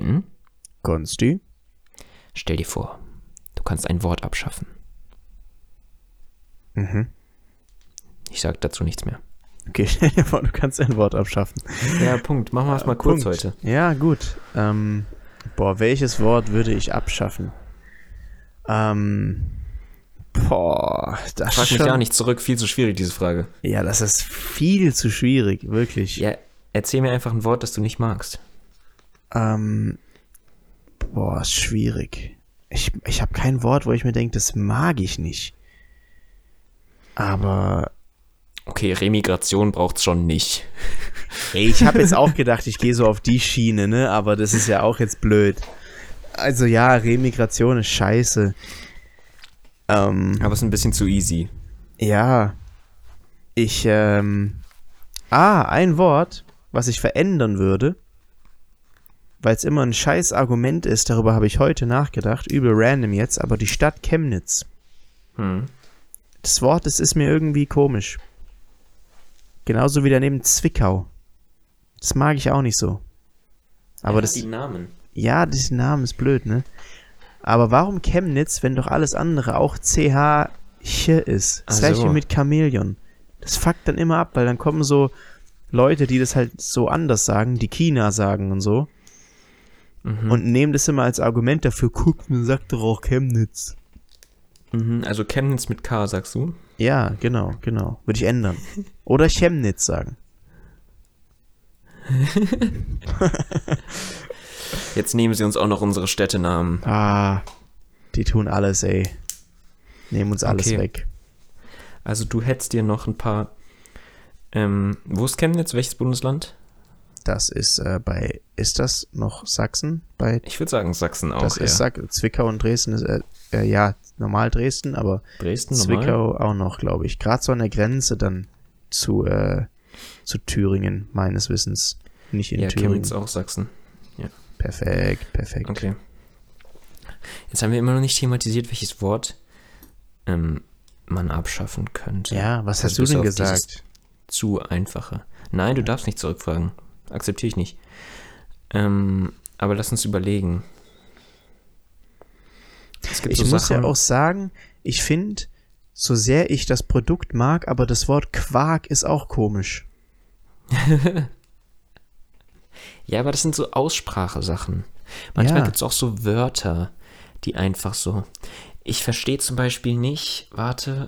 Denn, Konsti? stell dir vor, du kannst ein Wort abschaffen. Mhm. Ich sag dazu nichts mehr. Okay, stell dir vor, du kannst ein Wort abschaffen. Ja, Punkt. Machen wir es mal kurz Punkt. heute. Ja, gut. Welches Wort würde ich abschaffen? Das Frag ist mich schon... ja nicht zurück. Viel zu schwierig, diese Frage. Ja, das ist viel zu schwierig, wirklich. Ja, erzähl mir einfach ein Wort, das du nicht magst. Ist schwierig. Ich habe kein Wort, wo ich mir denke, das mag ich nicht. Aber... Okay, Remigration braucht's schon nicht. Ey, ich habe jetzt auch gedacht, ich gehe so auf die Schiene, ne? Aber das ist ja auch jetzt blöd. Also ja, Remigration ist scheiße. Aber es ist ein bisschen zu easy. Ja. Ein Wort, was ich verändern würde, weil es immer ein scheiß Argument ist, darüber habe ich heute nachgedacht, übel random jetzt, aber die Stadt Chemnitz. Das Wort, das ist mir irgendwie komisch. Genauso wie daneben Zwickau. Das mag ich auch nicht so. Aber die Namen. Ja, dieser Name ist blöd, ne? Aber warum Chemnitz, wenn doch alles andere auch CH ist? Das gleiche wie mit Chamäleon. Das fuckt dann immer ab, weil dann kommen so Leute, die das halt so anders sagen, die China sagen und so. Und nehmen das immer als Argument dafür, guck, man sagt doch auch Chemnitz. Also Chemnitz mit K, sagst du? Ja, genau. Würde ich ändern. Oder Chemnitz sagen. Jetzt nehmen sie uns auch noch unsere Städtenamen. Die tun alles, ey. Nehmen uns alles Okay. weg. Also du hättest dir noch ein paar... wo ist Chemnitz? Welches Bundesland? Das ist ist das noch Sachsen? Ich würde sagen Sachsen auch, Das ist Zwickau und Dresden ist, normal Dresden, aber Dresden, Zwickau normal? auch noch, glaube ich. Gerade so an der Grenze dann zu Thüringen, meines Wissens. Nicht in Thüringen. Chemnitz auch Sachsen. Perfekt. Okay. Jetzt haben wir immer noch nicht thematisiert, welches Wort man abschaffen könnte. Ja, was hast Also du denn bis auf gesagt? dieses Zu einfache. Nein, du darfst nicht zurückfragen. Akzeptiere ich nicht. Aber lass uns überlegen. Es gibt Ich so muss Sachen, ja auch sagen, ich finde, so sehr ich das Produkt mag, aber das Wort Quark ist auch komisch. Ja, aber das sind so Aussprachesachen. Manchmal Ja. gibt es auch so Wörter, die einfach so... Ich verstehe zum Beispiel nicht... Warte,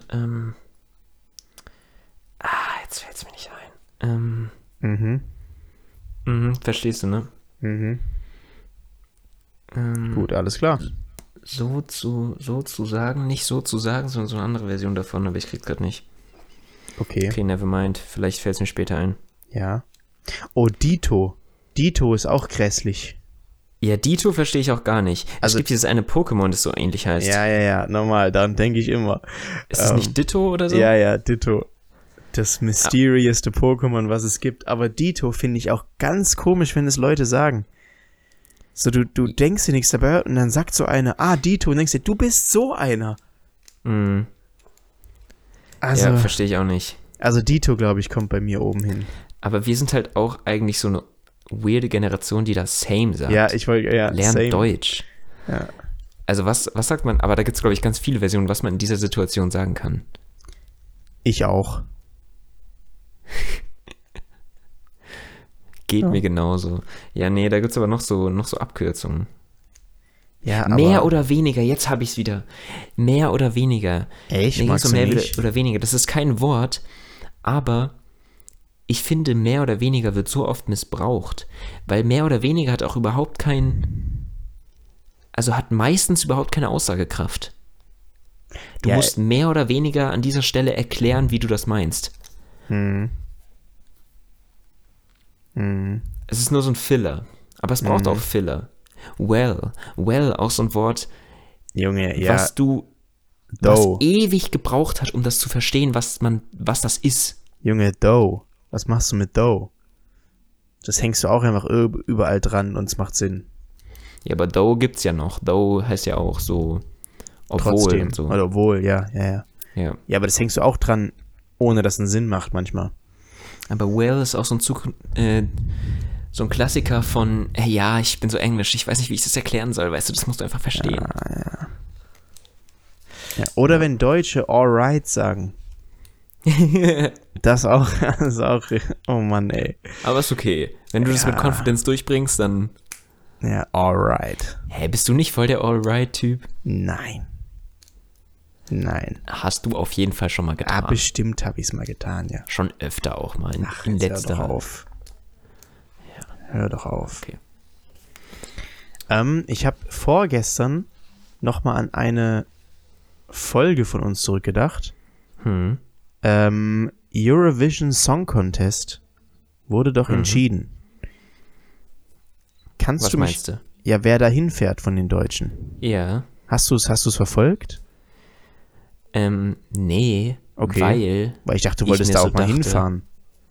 jetzt fällt es mir nicht ein. Verstehst du, ne? Gut, alles klar. So zu sagen, nicht so zu sagen, sondern so eine andere Version davon, aber ich krieg's gerade nicht. Okay. Okay, never mind. Vielleicht fällt es mir später ein. Ja. Oh, Dito. Dito ist auch grässlich. Ja, Dito verstehe ich auch gar nicht. Also- Es gibt dieses eine Pokémon, das so ähnlich heißt. Ja, normal, daran denke ich immer. Ist das nicht Ditto oder so? Ja, Ditto. Das mysteriöste Pokémon, was es gibt. Aber Dito finde ich auch ganz komisch, wenn es Leute sagen. So, du denkst dir nichts dabei und dann sagt so einer, Dito, und denkst dir, du bist so einer. Also, Ja, verstehe ich auch nicht. also Dito, glaube ich, kommt bei mir oben hin. Aber wir sind halt auch eigentlich so eine weirde Generation, die das Same sagt. Ja, ich wollte, Lernt same. Deutsch. Ja. Also was sagt man? Aber da gibt es, glaube ich, ganz viele Versionen, was man in dieser Situation sagen kann. Ich auch. Geht mir genauso. Ja, nee, da gibt es aber noch so Abkürzungen. Ja, aber Mehr oder weniger, jetzt habe ich es wieder. Mehr oder weniger. Echt? Da gibt's Magst so du mehr nicht? oder weniger. Das ist kein Wort, aber ich finde, mehr oder weniger wird so oft missbraucht. Weil mehr oder weniger hat auch überhaupt hat meistens überhaupt keine Aussagekraft. Du Ja, musst mehr oder weniger an dieser Stelle erklären, wie du das meinst. Es ist nur so ein Filler. Aber es braucht auch Filler. Well, auch so ein Wort, Junge, ja. was ewig gebraucht hat, um das zu verstehen, was das ist. Junge, Dough. Was machst du mit Dough? Das hängst du auch einfach überall dran und es macht Sinn. Ja, aber though gibt's ja noch. Though heißt ja auch so, obwohl Trotzdem. und so. Oder obwohl, ja. Ja. Ja, aber das hängst du auch dran, ohne dass es einen Sinn macht manchmal. Aber well ist auch so so ein Klassiker von, hey, ja, ich bin so englisch, ich weiß nicht, wie ich das erklären soll, weißt du, das musst du einfach verstehen. Ja, oder wenn Deutsche alright sagen. Das auch, oh Mann, ey. Aber ist okay. Wenn du das mit Confidence durchbringst, dann... Ja, alright. Hä, bist du nicht voll der Alright-Typ? Nein. Hast du auf jeden Fall schon mal getan. Bestimmt habe ich es mal getan, ja. Schon öfter auch mal. In letzter. Hör doch auf. Ja. Hör doch auf. Okay. Ich habe vorgestern nochmal an eine Folge von uns zurückgedacht. Eurovision Song Contest wurde doch entschieden. Was meinst du? Ja, wer da hinfährt von den Deutschen? Ja. Hast du es verfolgt? Nee. Okay. Weil ich dachte, du wolltest da auch mal hinfahren.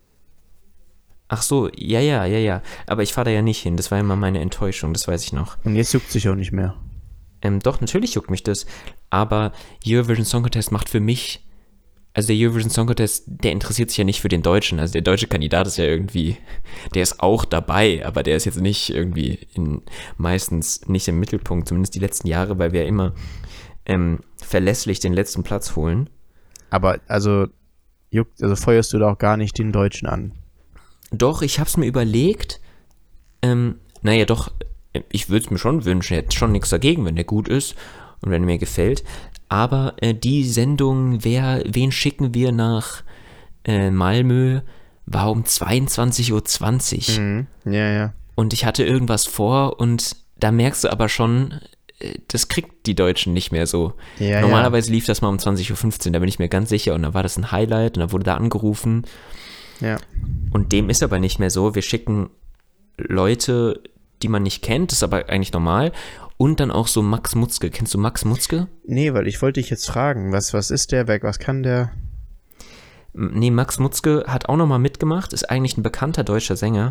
Ach so, ja. Aber ich fahre da ja nicht hin. Das war immer meine Enttäuschung, das weiß ich noch. Und jetzt juckt sich auch nicht mehr. Doch, natürlich juckt mich das. Aber Eurovision Song Contest macht für mich, also der Eurovision Song Contest, der interessiert sich ja nicht für den Deutschen. Also der deutsche Kandidat ist ja irgendwie, der ist auch dabei, aber der ist jetzt nicht irgendwie meistens nicht im Mittelpunkt, zumindest die letzten Jahre, weil wir ja immer verlässlich den letzten Platz holen. Aber also feuerst du da auch gar nicht den Deutschen an? Doch, ich hab's mir überlegt. Naja, doch, ich würde es mir schon wünschen. Ich hätte schon nichts dagegen, wenn der gut ist und wenn er mir gefällt. Aber die Sendung, wen schicken wir nach Malmö, war um 22:20 Uhr. Ja. Und ich hatte irgendwas vor und da merkst du aber schon, das kriegt die Deutschen nicht mehr so. Ja, Normalerweise lief das mal um 20:15 Uhr, da bin ich mir ganz sicher. Und da war das ein Highlight und da wurde da angerufen. Ja. Und dem ist aber nicht mehr so. Wir schicken Leute, die man nicht kennt, das ist aber eigentlich normal. Und dann auch so Max Mutzke. Kennst du Max Mutzke? Nee, weil ich wollte dich jetzt fragen, was ist der, was kann der? Nee, Max Mutzke hat auch nochmal mitgemacht, ist eigentlich ein bekannter deutscher Sänger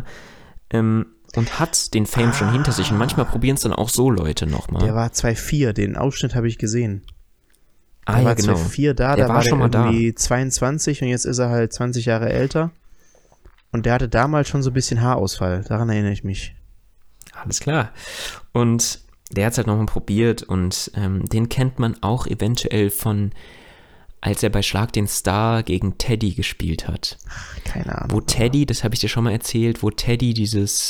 und hat den Fame schon hinter sich. Und manchmal probieren es dann auch so Leute nochmal. Der war 2004, den Ausschnitt habe ich gesehen. Der war genau. 2004 da, der war schon mal irgendwie 22 und jetzt ist er halt 20 Jahre älter. Und der hatte damals schon so ein bisschen Haarausfall, daran erinnere ich mich. Alles klar. Und der hat es halt nochmal probiert und den kennt man auch eventuell von, als er bei Schlag den Star gegen Teddy gespielt hat. Keine Ahnung. Wo Teddy, das habe ich dir schon mal erzählt, wo Teddy dieses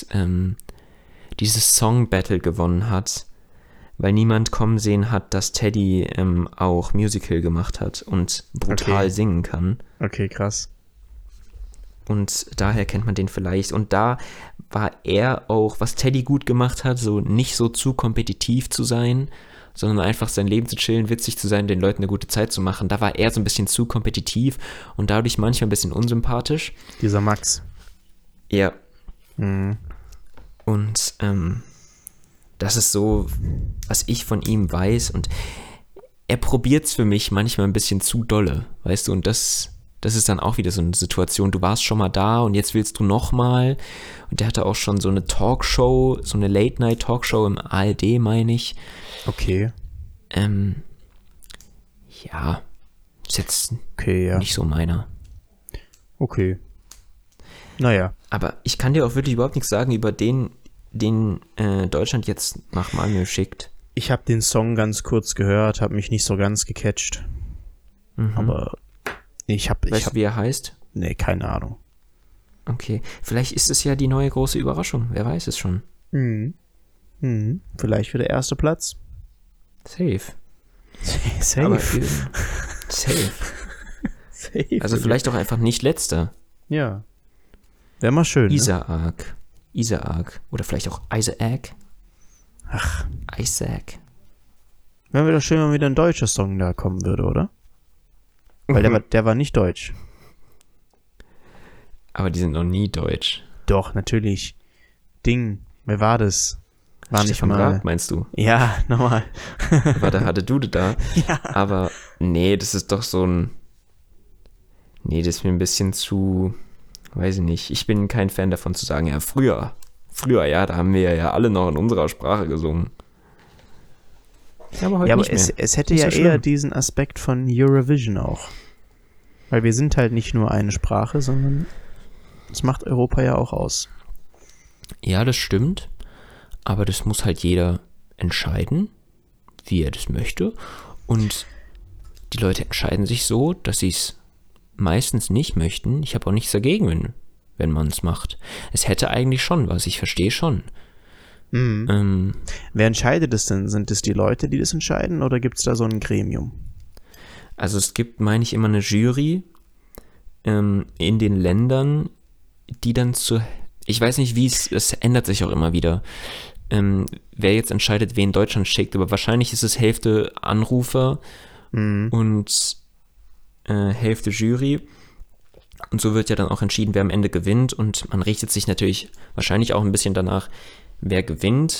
Song-Battle gewonnen hat, weil niemand kommen sehen hat, dass Teddy auch Musical gemacht hat und brutal singen kann. Okay, krass. Und daher kennt man den vielleicht. Und da war er auch, was Teddy gut gemacht hat, so nicht so zu kompetitiv zu sein, sondern einfach sein Leben zu chillen, witzig zu sein, den Leuten eine gute Zeit zu machen. Da war er so ein bisschen zu kompetitiv und dadurch manchmal ein bisschen unsympathisch. Dieser Max. Ja. Mhm. Und das ist so, was ich von ihm weiß. Und er probiert es für mich manchmal ein bisschen zu dolle, weißt du, und das ist dann auch wieder so eine Situation, du warst schon mal da und jetzt willst du nochmal. Und der hatte auch schon so eine Talkshow, so eine Late-Night-Talkshow im ARD, meine ich. Okay. Ja, ist jetzt ja. nicht so meiner. Okay. Naja. Aber ich kann dir auch wirklich überhaupt nichts sagen über den Deutschland jetzt nach Malmö schickt. Ich habe den Song ganz kurz gehört, habe mich nicht so ganz gecatcht. Aber Weißt du, wie er heißt? Nee, keine Ahnung. Okay, vielleicht ist es ja die neue große Überraschung. Wer weiß es schon. Vielleicht für der erste Platz. Safe. Safe. Aber safe. Safe. Also vielleicht auch einfach nicht letzter. Ja. Wäre mal schön. Isaac. Oder vielleicht auch Isaac. Ach. Isaac. Wäre doch schön, wenn wieder ein deutscher Song da kommen würde, oder? Weil der war nicht deutsch. Aber die sind noch nie deutsch. Doch, natürlich. Wer war das? War Stefan nicht mal. Raab, meinst du? Ja, nochmal. War der harte Dude da. Ja. Aber nee, das ist doch so ein... Nee, das ist mir ein bisschen zu... Weiß ich nicht. Ich bin kein Fan davon zu sagen, ja, früher, ja, da haben wir ja alle noch in unserer Sprache gesungen. Ja, aber heute nicht mehr. Es hätte nicht ja so eher schlimm. diesen Aspekt von Eurovision auch. Weil wir sind halt nicht nur eine Sprache, sondern das macht Europa ja auch aus. Ja, das stimmt, aber das muss halt jeder entscheiden, wie er das möchte. Und die Leute entscheiden sich so, dass sie es meistens nicht möchten. Ich habe auch nichts dagegen, wenn man es macht. Es hätte eigentlich schon was, ich verstehe schon. Wer entscheidet es denn? Sind es die Leute, die das entscheiden, oder gibt es da so ein Gremium? Also es gibt, meine ich, immer eine Jury in den Ländern, die dann ich weiß nicht, es ändert sich auch immer wieder, wer jetzt entscheidet, wen Deutschland schickt, aber wahrscheinlich ist es Hälfte Anrufer und Hälfte Jury. Und so wird ja dann auch entschieden, wer am Ende gewinnt, und man richtet sich natürlich wahrscheinlich auch ein bisschen danach, wer gewinnt.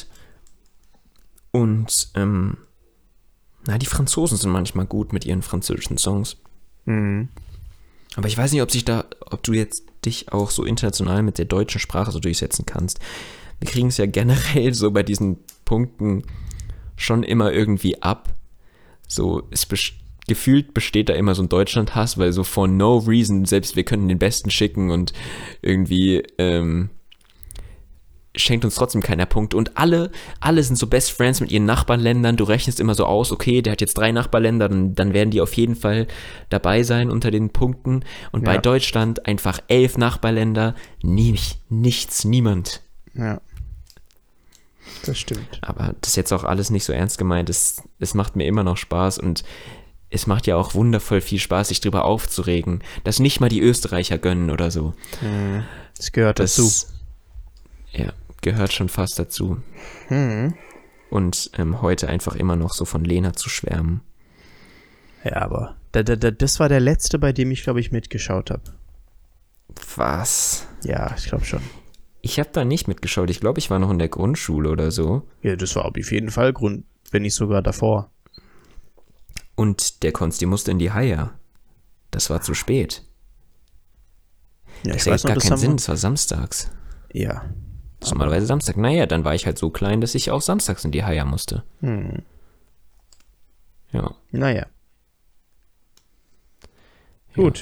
Und die Franzosen sind manchmal gut mit ihren französischen Songs. Aber ich weiß nicht, ob du jetzt dich auch so international mit der deutschen Sprache so durchsetzen kannst. Wir kriegen es ja generell so bei diesen Punkten schon immer irgendwie ab. So, gefühlt besteht da immer so ein Deutschland-Hass, weil so for no reason, selbst wir könnten den Besten schicken und irgendwie schenkt uns trotzdem keiner Punkte. Und alle sind so Best Friends mit ihren Nachbarländern. Du rechnest immer so aus, okay, der hat jetzt 3 Nachbarländer, dann werden die auf jeden Fall dabei sein unter den Punkten. Und bei Deutschland einfach 11 Nachbarländer, niemand. Ja, das stimmt. Aber das ist jetzt auch alles nicht so ernst gemeint. Es macht mir immer noch Spaß, und es macht ja auch wundervoll viel Spaß, sich drüber aufzuregen, dass nicht mal die Österreicher gönnen oder so. Das gehört dazu. Ja, gehört schon fast dazu. Und heute einfach immer noch so von Lena zu schwärmen. Ja, aber das war der letzte, bei dem ich, glaube ich, mitgeschaut habe. Was? Ja, ich glaube schon. Ich habe da nicht mitgeschaut. Ich glaube, ich war noch in der Grundschule oder so. Ja, das war auf jeden Fall Grund, wenn nicht sogar davor. Und der Konsti musste in die Haie. Das war zu spät. Ja, das ergibt gar keinen Sinn, es war samstags. Ja. Das ist normalerweise Samstag. Naja, dann war ich halt so klein, dass ich auch samstags in die Haie musste. Ja. Naja. Gut.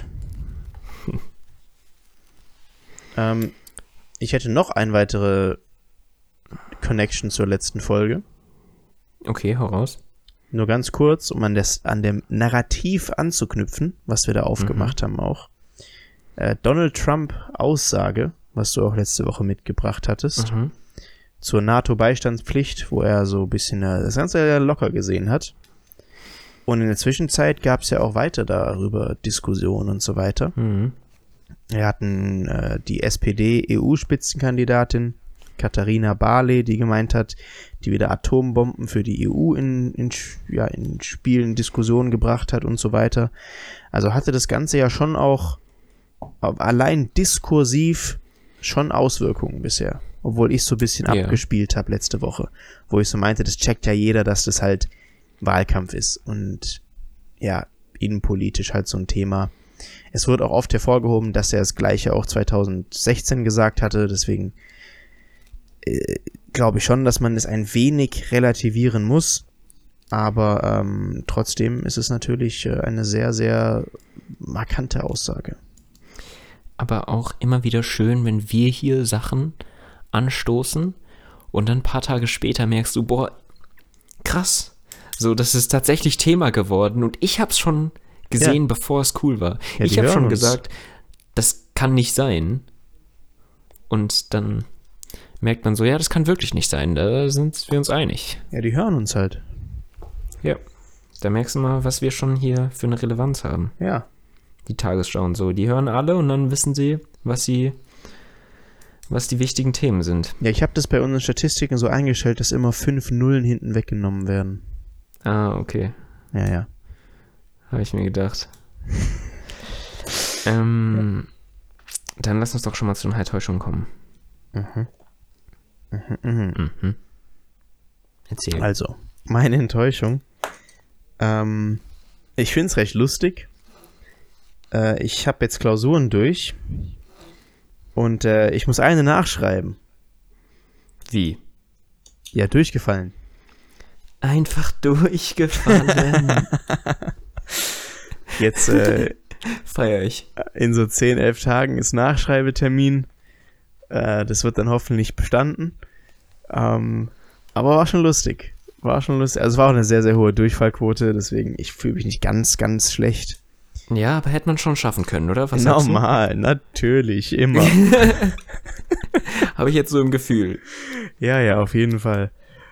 Ich hätte noch eine weitere Connection zur letzten Folge. Okay, hau raus. Nur ganz kurz, um an dem Narrativ anzuknüpfen, was wir da aufgemacht haben auch. Donald Trump Aussage, was du auch letzte Woche mitgebracht hattest, zur NATO-Beistandspflicht, wo er so ein bisschen das Ganze locker gesehen hat. Und in der Zwischenzeit gab es ja auch weiter darüber Diskussionen und so weiter. Wir hatten die SPD-EU-Spitzenkandidatin Katharina Barley, die gemeint hat, die wieder Atombomben für die EU in Spielen, Diskussionen gebracht hat und so weiter. Also hatte das Ganze ja schon auch allein diskursiv schon Auswirkungen bisher. Obwohl ich so ein bisschen abgespielt habe letzte Woche, wo ich so meinte, das checkt ja jeder, dass das halt Wahlkampf ist und ja, innenpolitisch halt so ein Thema. Es wird auch oft hervorgehoben, dass er das Gleiche auch 2016 gesagt hatte, deswegen glaube ich schon, dass man es ein wenig relativieren muss, aber trotzdem ist es natürlich eine sehr, sehr markante Aussage. Aber auch immer wieder schön, wenn wir hier Sachen anstoßen und dann ein paar Tage später merkst du, boah, krass, so, das ist tatsächlich Thema geworden und ich hab's schon gesehen, bevor es cool war. Ja, ich habe schon gesagt, das kann nicht sein. Und dann merkt man so, ja, das kann wirklich nicht sein, da sind wir uns einig. Ja, die hören uns halt. Ja, da merkst du mal, was wir schon hier für eine Relevanz haben. Ja. Die Tagesschau und so, die hören alle und dann wissen sie, was die wichtigen Themen sind. Ja, ich habe das bei unseren Statistiken so eingestellt, dass immer 5 Nullen hinten weggenommen werden. Ah, okay. Ja. Habe ich mir gedacht. Dann lass uns doch schon mal zu den Enttäuschungen kommen. Erzähl. Also, meine Enttäuschung. Ich finde es recht lustig. Ich habe jetzt Klausuren durch und ich muss eine nachschreiben. Wie? Ja, durchgefallen. Einfach durchgefallen. Jetzt feier ich. In so 10, 11 Tagen ist Nachschreibetermin Das wird dann hoffentlich bestanden. Aber war schon lustig. Also es war auch eine sehr, sehr hohe Durchfallquote, deswegen ich fühle mich nicht ganz, ganz schlecht. Ja, aber hätte man schon schaffen können, oder? Was sagst du? Normal, natürlich, immer. Habe ich jetzt so im Gefühl. Ja, auf jeden Fall.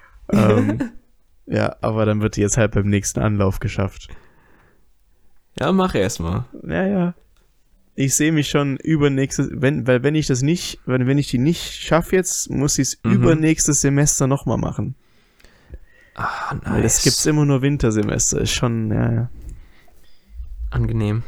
Ja, aber dann wird die jetzt halt beim nächsten Anlauf geschafft. Ja, mach erst mal. Ja. Ich sehe mich schon übernächstes, wenn ich die nicht schaffe jetzt, muss ich es übernächstes Semester nochmal machen. Ah, nice. Weil es gibt's immer nur Wintersemester, ist schon, ja. Angenehm.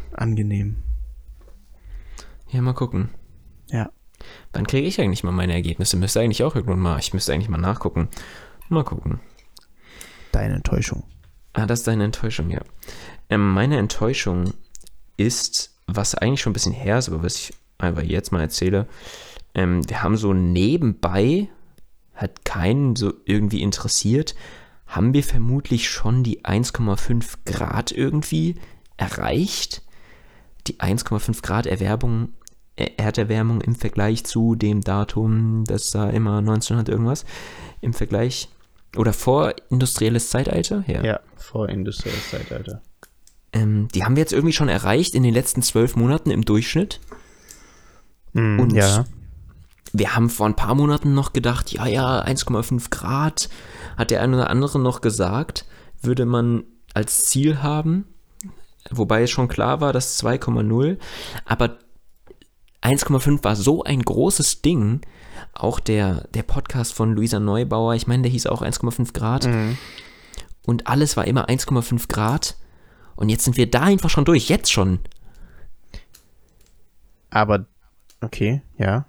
Ja, mal gucken. Ja. Wann kriege ich eigentlich mal meine Ergebnisse? Ich müsste eigentlich mal nachgucken. Mal gucken. Deine Enttäuschung. Ah, das ist deine Enttäuschung, ja. Meine Enttäuschung ist, was eigentlich schon ein bisschen her ist, aber was ich einfach jetzt mal erzähle. Wir haben so nebenbei, hat keinen so irgendwie interessiert, haben wir vermutlich schon die 1,5 Grad irgendwie erreicht. Die 1,5 Grad Erderwärmung im Vergleich zu dem Datum, das da immer 1900 irgendwas, im Vergleich, oder vorindustrielles Zeitalter? Ja, vorindustrielles Zeitalter. Die haben wir jetzt irgendwie schon erreicht in den letzten 12 Monaten im Durchschnitt. Und ja. wir haben vor ein paar Monaten noch gedacht, ja, 1,5 Grad, hat der eine oder andere noch gesagt, würde man als Ziel haben, wobei es schon klar war, dass 2,0, aber 1,5 war so ein großes Ding, auch der Podcast von Luisa Neubauer, ich meine, der hieß auch 1,5 Grad und alles war immer 1,5 Grad und jetzt sind wir da einfach schon durch, jetzt schon. Aber, okay, ja.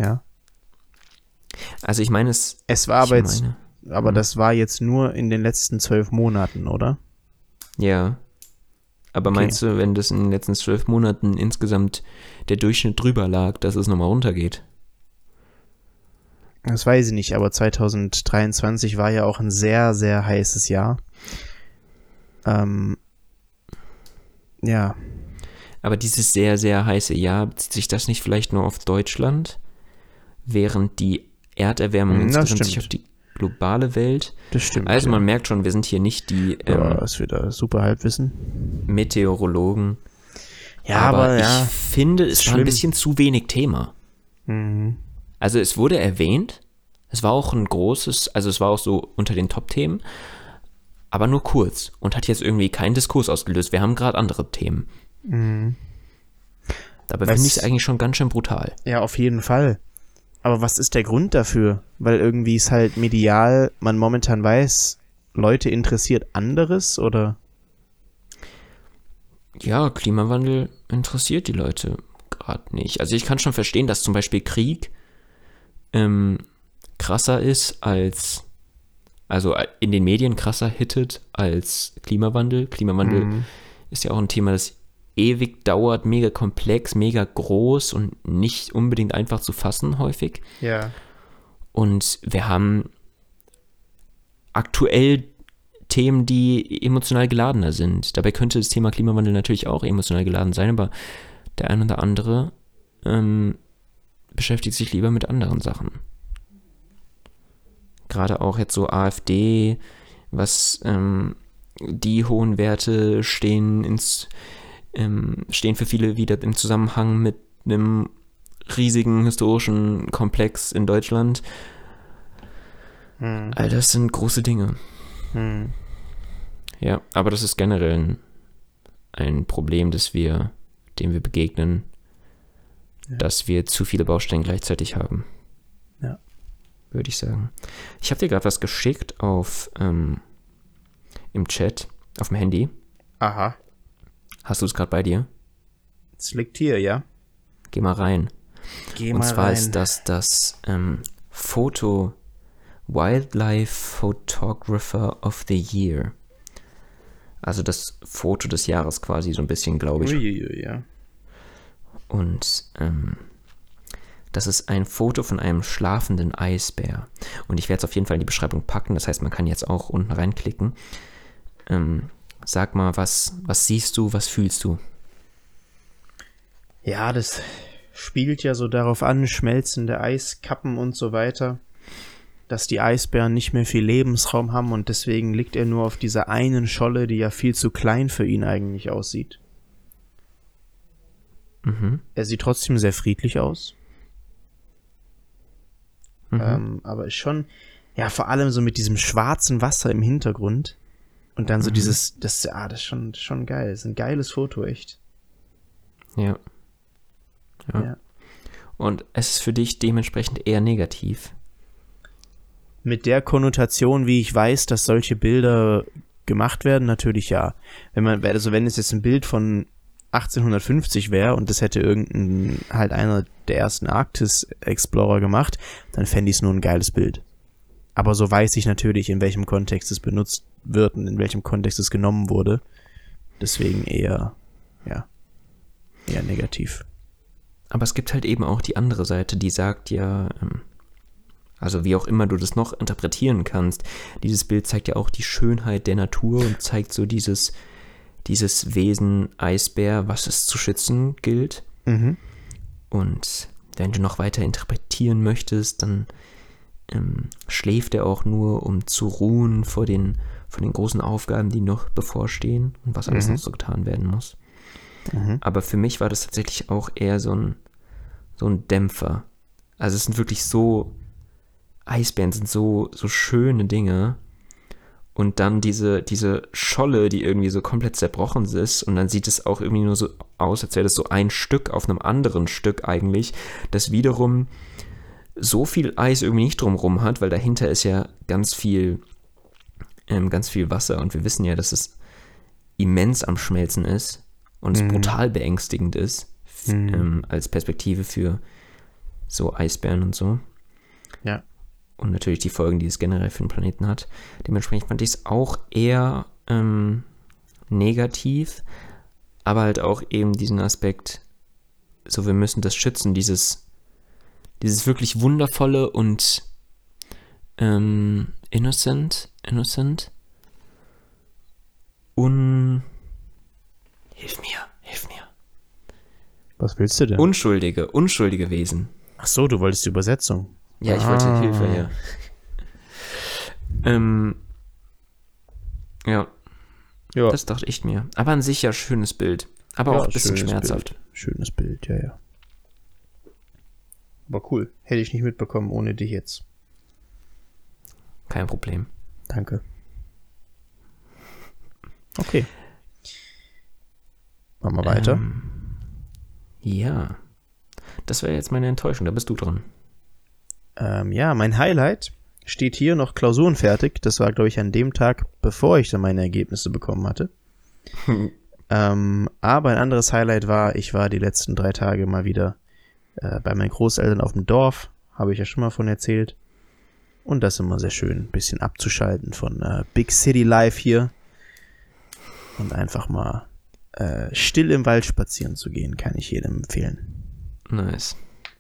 Also ich meine das war jetzt nur in den letzten 12 Monaten, oder? Ja. Aber Okay. Meinst du, wenn das in den letzten 12 Monaten insgesamt der Durchschnitt drüber lag, dass es nochmal runtergeht? Das weiß ich nicht, aber 2023 war ja auch ein sehr, sehr heißes Jahr. Ja. Aber dieses sehr, sehr heiße Jahr, bezieht sich das nicht vielleicht nur auf Deutschland? Während die Erderwärmung insgesamt sich auf die globale Welt. Das stimmt. Also ja. man merkt schon, wir sind hier nicht die ist wieder super Halbwissen. Meteorologen. Ja, aber ja. ich finde, es war ein schlimm. bisschen zu wenig Thema. Mhm. Also es wurde erwähnt, es war auch ein großes, also es war auch so unter den Top-Themen, aber nur kurz und hat jetzt irgendwie keinen Diskurs ausgelöst. Wir haben gerade andere Themen. Mhm. Dabei finde ich es eigentlich schon ganz schön brutal. Ja, auf jeden Fall. Aber was ist der Grund dafür? Weil irgendwie ist halt medial, man momentan weiß, Leute interessiert anderes, oder? Ja, Klimawandel interessiert die Leute gerade nicht. Also ich kann schon verstehen, dass zum Beispiel Krieg krasser ist also in den Medien krasser hittet als Klimawandel. Klimawandel ist ja auch ein Thema, das ewig dauert, mega komplex, mega groß und nicht unbedingt einfach zu fassen häufig. Ja. Und wir haben aktuell Themen, die emotional geladener sind. Dabei könnte das Thema Klimawandel natürlich auch emotional geladen sein, aber der ein oder andere beschäftigt sich lieber mit anderen Sachen. Gerade auch jetzt so AfD, was die hohen Werte stehen für viele wieder im Zusammenhang mit einem riesigen historischen Komplex in Deutschland. All das sind große Dinge. Ja, aber das ist generell ein Problem, dem wir begegnen, dass wir zu viele Baustellen gleichzeitig haben. Ja. Würde ich sagen. Ich habe dir gerade was geschickt im Chat, auf dem Handy. Aha. Hast du es gerade bei dir? Es liegt hier, ja? Geh mal rein. Geh Und mal zwar rein. ist das Foto Wildlife Photographer of the Year. Also das Foto des Jahres quasi so ein bisschen, glaube ich. Uiuiui, ja. Und das ist ein Foto von einem schlafenden Eisbär. Und ich werde es auf jeden Fall in die Beschreibung packen. Das heißt, man kann jetzt auch unten reinklicken. Sag mal, was siehst du, was fühlst du? Ja, das spielt ja so darauf an, schmelzende Eiskappen und so weiter, dass die Eisbären nicht mehr viel Lebensraum haben und deswegen liegt er nur auf dieser einen Scholle, die ja viel zu klein für ihn eigentlich aussieht. Er sieht trotzdem sehr friedlich aus. Aber ist schon, ja, vor allem so mit diesem schwarzen Wasser im Hintergrund und dann so das ist schon geil. Das ist ein geiles Foto, echt. Ja. Und es ist für dich dementsprechend eher negativ. Mit der Konnotation, wie ich weiß, dass solche Bilder gemacht werden, natürlich ja. Wenn es jetzt ein Bild von 1850 wäre und das hätte einer der ersten Arktis-Explorer gemacht, dann fände ich es nur ein geiles Bild. Aber so weiß ich natürlich, in welchem Kontext es benutzt wird und in welchem Kontext es genommen wurde. Deswegen eher negativ. Aber es gibt halt eben auch die andere Seite, die sagt ja, also wie auch immer du das noch interpretieren kannst, dieses Bild zeigt ja auch die Schönheit der Natur und zeigt so dieses Wesen Eisbär, was es zu schützen gilt. Und wenn du noch weiter interpretieren möchtest, dann schläft er auch nur, um zu ruhen vor den großen Aufgaben, die noch bevorstehen und was alles noch so getan werden muss. Aber für mich war das tatsächlich auch eher so ein Dämpfer. Also es sind wirklich Eisbären sind so schöne Dinge. Und dann diese Scholle, die irgendwie so komplett zerbrochen ist. Und dann sieht es auch irgendwie nur so aus, als wäre das so ein Stück auf einem anderen Stück eigentlich, das wiederum so viel Eis irgendwie nicht drumrum hat, weil dahinter ist ja ganz viel Wasser. Und wir wissen ja, dass es immens am Schmelzen ist und es brutal beängstigend ist als Perspektive für so Eisbären und so. Ja. Und natürlich die Folgen, die es generell für den Planeten hat. Dementsprechend fand ich es auch eher negativ, aber halt auch eben diesen Aspekt, so wir müssen das schützen, dieses wirklich wundervolle und innocent, hilf mir. Was willst du denn? Unschuldige Wesen. Ach so, du wolltest die Übersetzung. Ja, ich wollte Hilfe, ja. Ja, das dachte ich mir. Aber an sich ja schönes Bild. Aber auch ein bisschen schmerzhaft. Schönes Bild, ja. Aber cool. Hätte ich nicht mitbekommen ohne dich jetzt. Kein Problem. Danke. Okay. Machen wir weiter. Ja. Das wäre jetzt meine Enttäuschung. Da bist du dran. Mein Highlight steht hier noch klausurenfertig. Das war, glaube ich, an dem Tag, bevor ich dann meine Ergebnisse bekommen hatte. Aber ein anderes Highlight war, ich war die letzten 3 Tage mal wieder bei meinen Großeltern auf dem Dorf. Habe ich ja schon mal von erzählt. Und das ist immer sehr schön, ein bisschen abzuschalten von Big City Life hier. Und einfach mal still im Wald spazieren zu gehen, kann ich jedem empfehlen. Nice.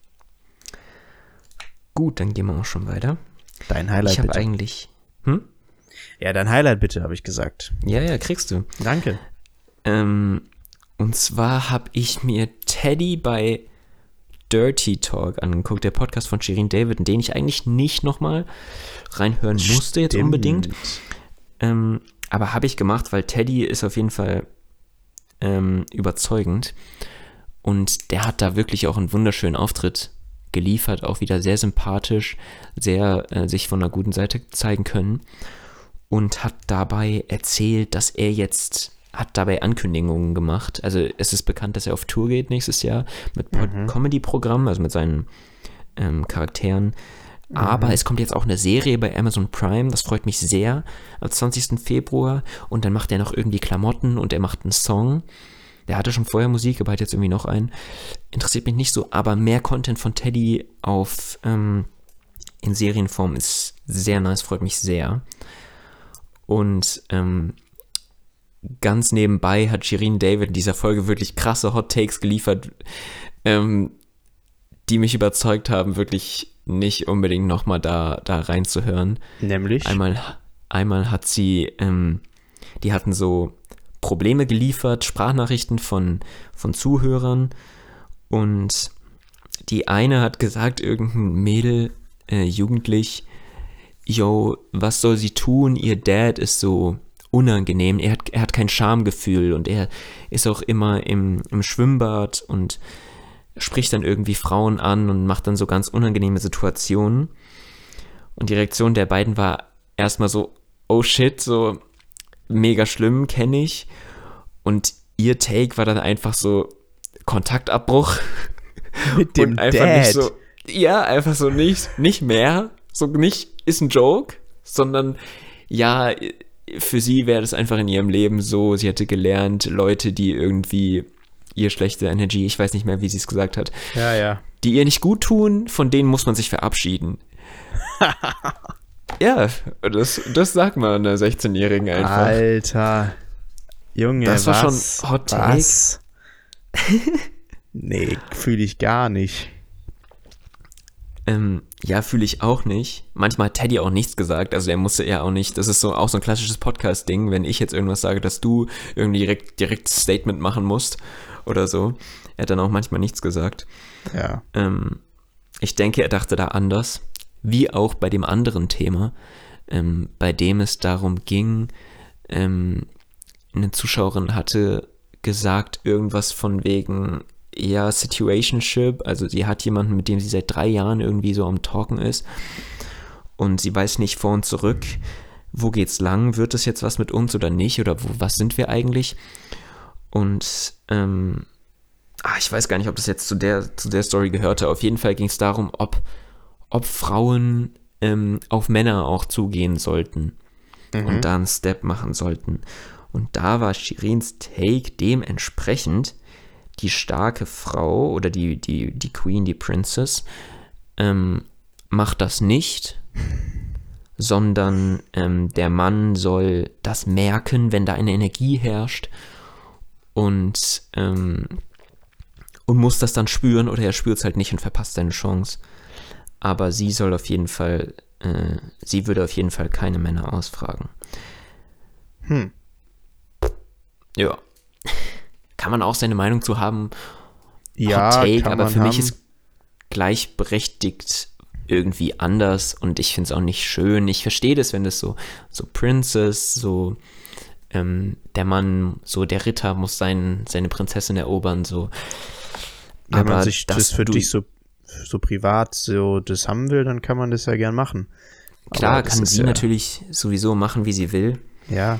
Gut, dann gehen wir auch schon weiter. Dein Highlight ich habe bitte. Eigentlich... Ja, dein Highlight bitte, habe ich gesagt. Ja, kriegst du. Danke. Und zwar habe ich mir Teddy bei Dirty Talk angeguckt, der Podcast von Shirin David, in den ich eigentlich nicht nochmal reinhören musste jetzt unbedingt. Aber habe ich gemacht, weil Teddy ist auf jeden Fall überzeugend. Und der hat da wirklich auch einen wunderschönen Auftritt geliefert, auch wieder sehr sympathisch, sehr sich von einer guten Seite zeigen können und hat dabei erzählt, dass er jetzt dabei Ankündigungen gemacht. Also es ist bekannt, dass er auf Tour geht nächstes Jahr mit Comedy-Programm, also mit seinen Charakteren. Aber es kommt jetzt auch eine Serie bei Amazon Prime, das freut mich sehr, am 20. Februar. Und dann macht er noch irgendwie Klamotten und er macht einen Song. Der hatte schon vorher Musik, aber hat jetzt irgendwie noch einen. Interessiert mich nicht so, aber mehr Content von Teddy in Serienform ist sehr nice, freut mich sehr. Und ganz nebenbei hat Shirin David in dieser Folge wirklich krasse Hot Takes geliefert, die mich überzeugt haben, wirklich nicht unbedingt nochmal da reinzuhören. Nämlich? Einmal hat sie, die hatten so Probleme geliefert, Sprachnachrichten von Zuhörern und die eine hat gesagt, irgendein Mädel, jugendlich, yo, was soll sie tun? Ihr Dad ist so unangenehm, er hat kein Schamgefühl und er ist auch immer im Schwimmbad und spricht dann irgendwie Frauen an und macht dann so ganz unangenehme Situationen. Und die Reaktion der beiden war erstmal so, oh shit, so mega schlimm, kenne ich. Und ihr Take war dann einfach so Kontaktabbruch. Mit dem und einfach Dad. nicht so, ja, einfach so nicht mehr, so nicht ist ein Joke, sondern ja, für sie wäre das einfach in ihrem Leben so, sie hätte gelernt, Leute, die irgendwie ihr schlechte Energie, ich weiß nicht mehr, wie sie es gesagt hat, Ja. die ihr nicht gut tun, von denen muss man sich verabschieden. Ja, das sagt man einer 16-Jährigen einfach. Alter. Junge, Das war was? schon Hot Take. Was? Nee, fühle ich gar nicht. Ja, fühle ich auch nicht. Manchmal hat Teddy auch nichts gesagt, also er musste ja auch nicht, das ist so auch so ein klassisches Podcast-Ding, wenn ich jetzt irgendwas sage, dass du irgendwie direkt Statement machen musst oder so. Er hat dann auch manchmal nichts gesagt. Ja. Ich denke, er dachte da anders, wie auch bei dem anderen Thema, bei dem es darum ging, eine Zuschauerin hatte gesagt irgendwas von wegen, ja, Situationship, also sie hat jemanden, mit dem sie seit 3 Jahren irgendwie so am Talken ist und sie weiß nicht vor und zurück, wo geht's lang, wird das jetzt was mit uns oder nicht oder was sind wir eigentlich? Und ich weiß gar nicht, ob das jetzt zu der Story gehörte, auf jeden Fall ging es darum, ob Frauen auf Männer auch zugehen sollten und da einen Step machen sollten. Und da war Shirins Take dementsprechend, die starke Frau oder die Queen, die Princess, macht das nicht, sondern der Mann soll das merken, wenn da eine Energie herrscht und muss das dann spüren oder er spürt es halt nicht und verpasst seine Chance. Aber sie soll auf jeden Fall, sie würde auf jeden Fall keine Männer ausfragen. Ja. Kann man auch seine Meinung zu haben. Ja, Hot Take, kann aber man für mich haben. ist gleichberechtigt irgendwie anders und ich finde es auch nicht schön. Ich verstehe das, wenn das so Princess, so der Mann, so der Ritter muss seine Prinzessin erobern, so. Wenn man Aber sich das für dich so privat so das haben will, dann kann man das ja gern machen. Klar, Aber das kann ist sie natürlich sowieso machen, wie sie will. Ja.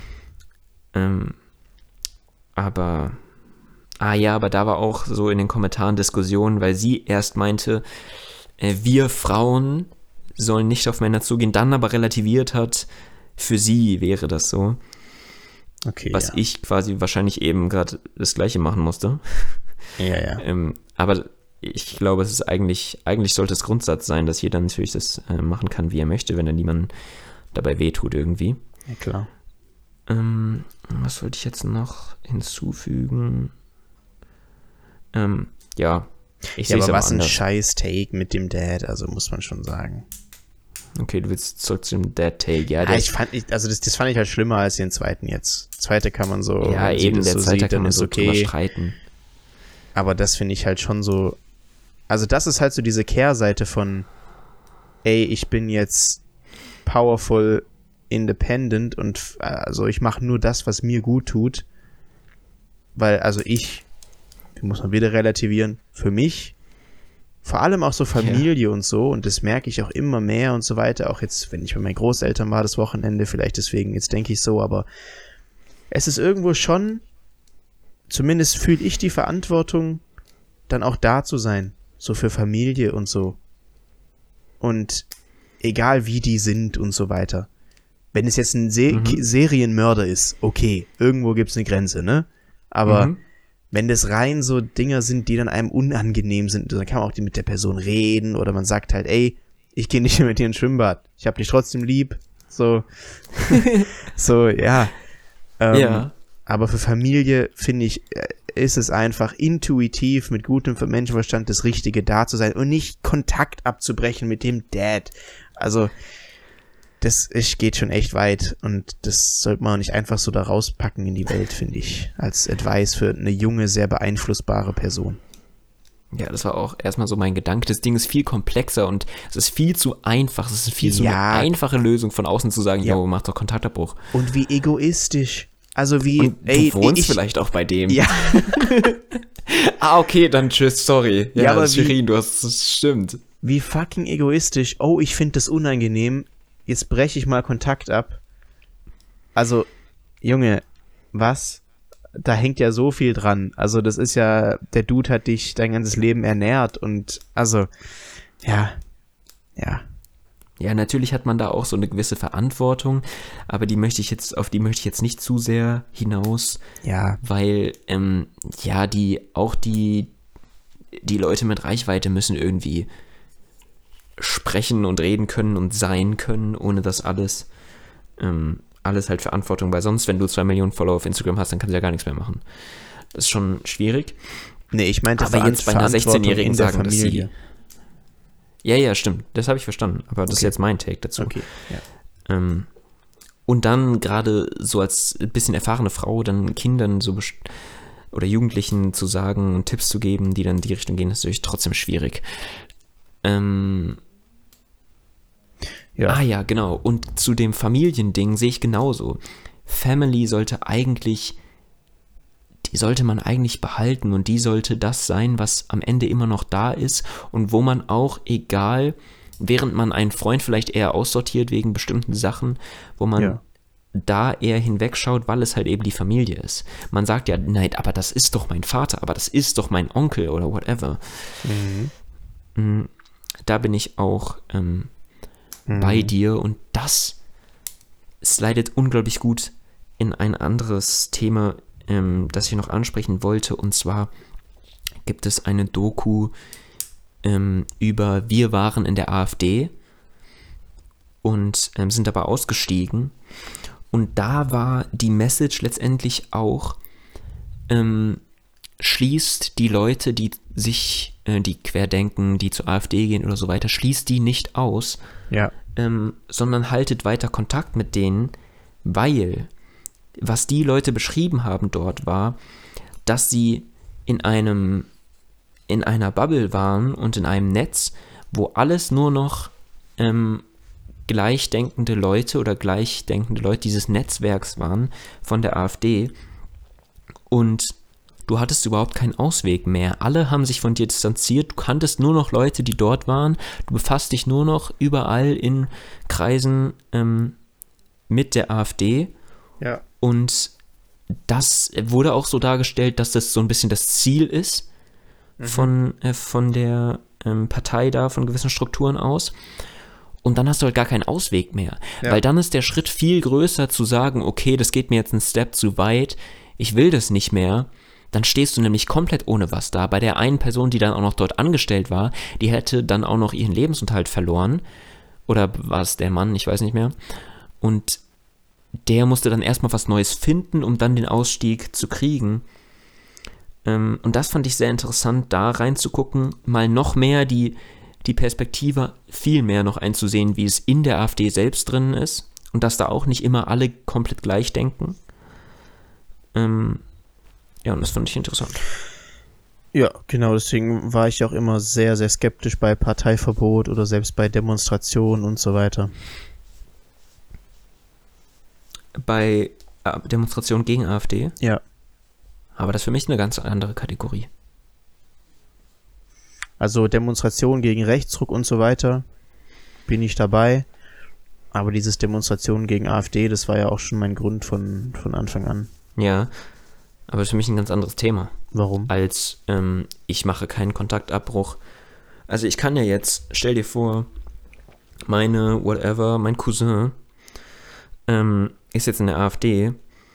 Aber aber da war auch so in den Kommentaren Diskussionen, weil sie erst meinte, wir Frauen sollen nicht auf Männer zugehen, dann aber relativiert hat, für sie wäre das so. Okay, was ich quasi wahrscheinlich eben gerade das Gleiche machen musste. Ja. Aber ich glaube, es ist eigentlich sollte es Grundsatz sein, dass jeder natürlich das machen kann, wie er möchte, wenn er niemandem dabei wehtut irgendwie. Ja, klar. Was wollte ich jetzt noch hinzufügen? Ich sehe es aber aber was ein anders. scheiß Take mit dem Dad, also muss man schon sagen. Okay, du willst zurück zum Dad Take, ja. Das fand ich halt schlimmer als den zweiten jetzt. Zweite kann man so, ja, wenn eben, sie das der so zweite sieht, kann dann man ist so drüber okay. streiten. Aber das finde ich halt schon so, also das ist halt so diese Kehrseite von, ey, ich bin jetzt powerful, independent und also ich mache nur das, was mir gut tut, weil also muss man wieder relativieren, für mich, vor allem auch so Familie und so, und das merke ich auch immer mehr und so weiter, auch jetzt, wenn ich bei meinen Großeltern war das Wochenende, vielleicht deswegen, jetzt denke ich so, aber es ist irgendwo schon, zumindest fühle ich die Verantwortung, dann auch da zu sein, so für Familie und so. Und egal wie die sind und so weiter. Wenn es jetzt ein Serienmörder ist, okay, irgendwo gibt es eine Grenze, ne? Aber wenn das rein so Dinger sind, die dann einem unangenehm sind, dann kann man auch mit der Person reden oder man sagt halt, ey, ich gehe nicht mehr mit dir ins Schwimmbad, ich hab dich trotzdem lieb. So, ja. Aber für Familie, finde ich, ist es einfach intuitiv mit gutem Menschenverstand das Richtige da zu sein und nicht Kontakt abzubrechen mit dem Dad. Also, das geht schon echt weit und das sollte man nicht einfach so da rauspacken in die Welt, finde ich, als Advice für eine junge, sehr beeinflussbare Person. Ja, das war auch erstmal so mein Gedanke. Das Ding ist viel komplexer und es ist viel zu einfach. Es ist viel zu eine einfache Lösung von außen zu sagen, jo, mach doch Kontaktabbruch. Und wie egoistisch. Also wie, und du wohnst vielleicht auch bei dem. Ja. Okay, dann tschüss, sorry. Ja, aber Shirin, das stimmt. Wie fucking egoistisch. Oh, ich finde das unangenehm. Jetzt breche ich mal Kontakt ab. Also, Junge, was? Da hängt ja so viel dran. Also das ist ja, der Dude hat dich dein ganzes Leben ernährt und also, ja. Ja, natürlich hat man da auch so eine gewisse Verantwortung, aber auf die möchte ich jetzt nicht zu sehr hinaus. Ja. Weil, die Leute mit Reichweite müssen irgendwie sprechen und reden können und sein können, ohne dass alles halt Verantwortung, weil sonst, wenn du 2 Millionen Follower auf Instagram hast, dann kannst du ja gar nichts mehr machen. Das ist schon schwierig. Nee, ich meinte aber jetzt bei einer 16-Jährigen sagen, dass sie... Ja, stimmt. Das habe ich verstanden. Aber das ist jetzt mein Take dazu. Okay, ja. Und dann gerade so als bisschen erfahrene Frau dann Kindern so oder Jugendlichen zu sagen und Tipps zu geben, die dann in die Richtung gehen, ist natürlich trotzdem schwierig. Ja. Ah ja, genau. Und zu dem Familiending sehe ich genauso. Family sollte man eigentlich behalten und die sollte das sein, was am Ende immer noch da ist und wo man auch, egal, während man einen Freund vielleicht eher aussortiert wegen bestimmten Sachen, wo man da eher hinwegschaut, weil es halt eben die Familie ist. Man sagt ja, nein, aber das ist doch mein Vater, aber das ist doch mein Onkel oder whatever. Da bin ich auch bei dir und das slidet unglaublich gut in ein anderes Thema, das ich noch ansprechen wollte, und zwar gibt es eine Doku über Wir waren in der AfD und sind dabei ausgestiegen und da war die Message letztendlich auch, schließt die Leute, die querdenken, die zur AfD gehen oder so weiter, schließt die nicht aus, sondern haltet weiter Kontakt mit denen, weil was die Leute beschrieben haben dort war, dass sie in einer Bubble waren und in einem Netz, wo alles nur noch gleichdenkende Leute dieses Netzwerks waren von der AfD und du hattest überhaupt keinen Ausweg mehr. Alle haben sich von dir distanziert. Du kanntest nur noch Leute, die dort waren. Du befasst dich nur noch überall in Kreisen mit der AfD. Ja. Und das wurde auch so dargestellt, dass das so ein bisschen das Ziel ist von der Partei da, von gewissen Strukturen aus. Und dann hast du halt gar keinen Ausweg mehr. Ja. Weil dann ist der Schritt viel größer zu sagen, okay, das geht mir jetzt einen Step zu weit, ich will das nicht mehr. Dann stehst du nämlich komplett ohne was da. Bei der einen Person, die dann auch noch dort angestellt war, die hätte dann auch noch ihren Lebensunterhalt verloren. Oder war es der Mann? Ich weiß nicht mehr. Und der musste dann erstmal was Neues finden, um dann den Ausstieg zu kriegen. Und das fand ich sehr interessant, da reinzugucken, mal noch mehr die Perspektive viel mehr noch einzusehen, wie es in der AfD selbst drin ist. Und dass da auch nicht immer alle komplett gleich denken. Ja, und das fand ich interessant. Ja, genau, deswegen war ich auch immer sehr, sehr skeptisch bei Parteiverbot oder selbst bei Demonstrationen und so weiter. Bei Demonstrationen gegen AfD? Ja. Aber das ist für mich eine ganz andere Kategorie. Also Demonstrationen gegen Rechtsruck und so weiter bin ich dabei. Aber dieses Demonstrationen gegen AfD, das war ja auch schon mein Grund von Anfang an. Ja, aber das ist für mich ein ganz anderes Thema. Warum? Als ich mache keinen Kontaktabbruch. Also ich kann ja jetzt, stell dir vor, mein Cousin ist jetzt in der AfD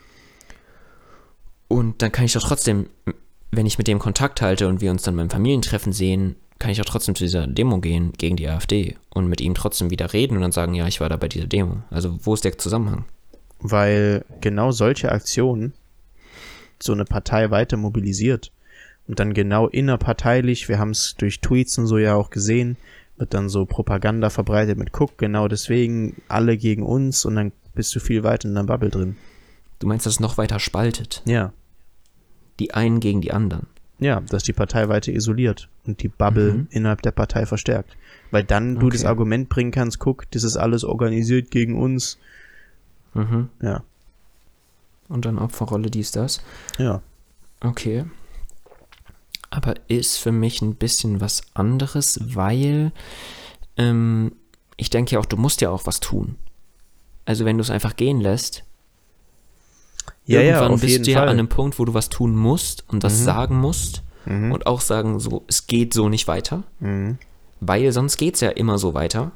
und dann kann ich doch trotzdem, wenn ich mit dem Kontakt halte und wir uns dann beim Familientreffen sehen, kann ich auch trotzdem zu dieser Demo gehen gegen die AfD und mit ihm trotzdem wieder reden und dann sagen, ja, ich war da bei dieser Demo. Also wo ist der Zusammenhang? Weil genau solche Aktionen so eine Partei weiter mobilisiert und dann genau innerparteilich, wir haben es durch Tweets und so ja auch gesehen, wird dann so Propaganda verbreitet mit, guck, genau deswegen alle gegen uns und dann bist du viel weiter in der Bubble drin. Du meinst, dass es noch weiter spaltet? Ja. Die einen gegen die anderen? Ja, dass die Partei weiter isoliert und die Bubble innerhalb der Partei verstärkt. Weil dann du das Argument bringen kannst, guck, das ist alles organisiert gegen uns. Ja. Und dann Opferrolle, dies, das. Ja. Okay. Aber ist für mich ein bisschen was anderes, weil ich denke ja auch, du musst ja auch was tun. Also wenn du es einfach gehen lässt, irgendwann auf bist jeden du ja Fall. an einem Punkt, wo du was tun musst und das sagen musst und auch sagen, so, es geht so nicht weiter, weil sonst geht es ja immer so weiter.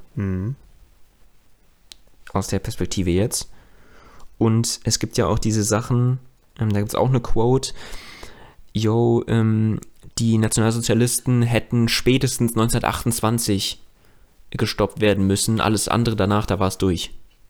Aus der Perspektive jetzt. Und es gibt ja auch diese Sachen, da gibt es auch eine Quote, die Nationalsozialisten hätten spätestens 1928 gestoppt werden müssen, alles andere danach, da war es durch.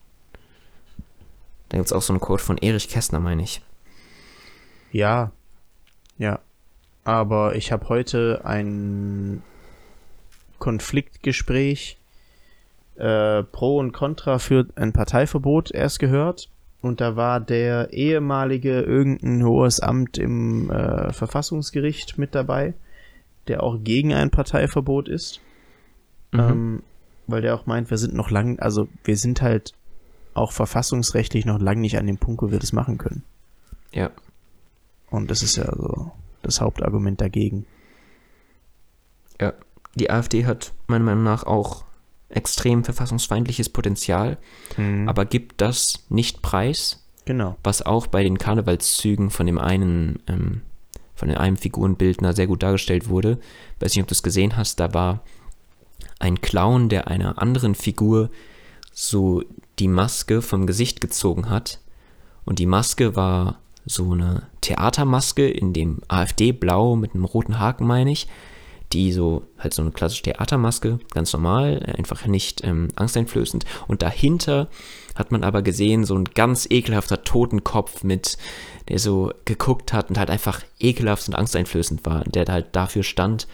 Da gibt es auch so eine Quote von Erich Kästner, meine ich. Ja. Ja. Aber ich habe heute ein Konfliktgespräch Pro und Contra für ein Parteiverbot erst gehört. Und da war der ehemalige irgendein hohes Amt im Verfassungsgericht mit dabei, der auch gegen ein Parteiverbot ist. Weil der auch meint, wir sind halt auch verfassungsrechtlich noch lange nicht an dem Punkt, wo wir das machen können. Ja. Und das ist ja so das Hauptargument dagegen. Ja, die AfD hat meiner Meinung nach auch extrem verfassungsfeindliches Potenzial, aber gibt das nicht preis. Genau. Was auch bei den Karnevalszügen von dem einen Figurenbildner sehr gut dargestellt wurde. Weiß nicht, ob du es gesehen hast, da war ein Clown, der einer anderen Figur so die Maske vom Gesicht gezogen hat. Und die Maske war so eine Theatermaske in dem AfD-Blau mit einem roten Haken, meine ich. Die so eine klassische Theatermaske, ganz normal, einfach nicht angsteinflößend. Und dahinter hat man aber gesehen, so ein ganz ekelhafter Totenkopf der so geguckt hat und halt einfach ekelhaft und angsteinflößend war, der halt dafür stand.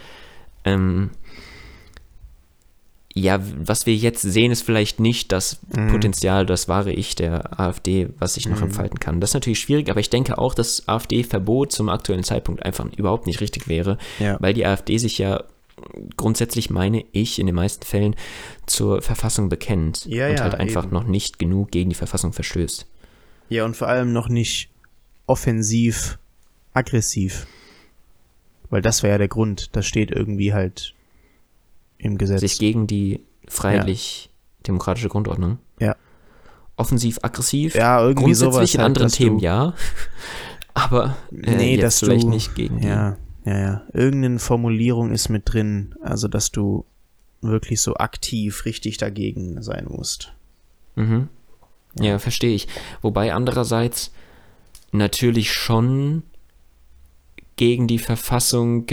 Was wir jetzt sehen, ist vielleicht nicht das Potenzial, das wahre Ich der AfD, was sich noch entfalten kann. Das ist natürlich schwierig, aber ich denke auch, dass AfD-Verbot zum aktuellen Zeitpunkt einfach überhaupt nicht richtig wäre, weil die AfD sich ja grundsätzlich, meine ich, in den meisten Fällen zur Verfassung bekennt und halt einfach noch nicht genug gegen die Verfassung verstößt. Ja, und vor allem noch nicht offensiv, aggressiv. Weil das wäre ja der Grund, das steht irgendwie halt im Gesetz. Sich gegen die freiheitlich-demokratische Grundordnung. Ja. Offensiv, aggressiv. Ja, irgendwie grundsätzlich sowas in halt, anderen dass Themen ja. Aber jetzt dass vielleicht du, nicht gegen die. Ja. Irgendeine Formulierung ist mit drin, also dass du wirklich so aktiv richtig dagegen sein musst. Ja, verstehe ich. Wobei andererseits natürlich schon gegen die Verfassung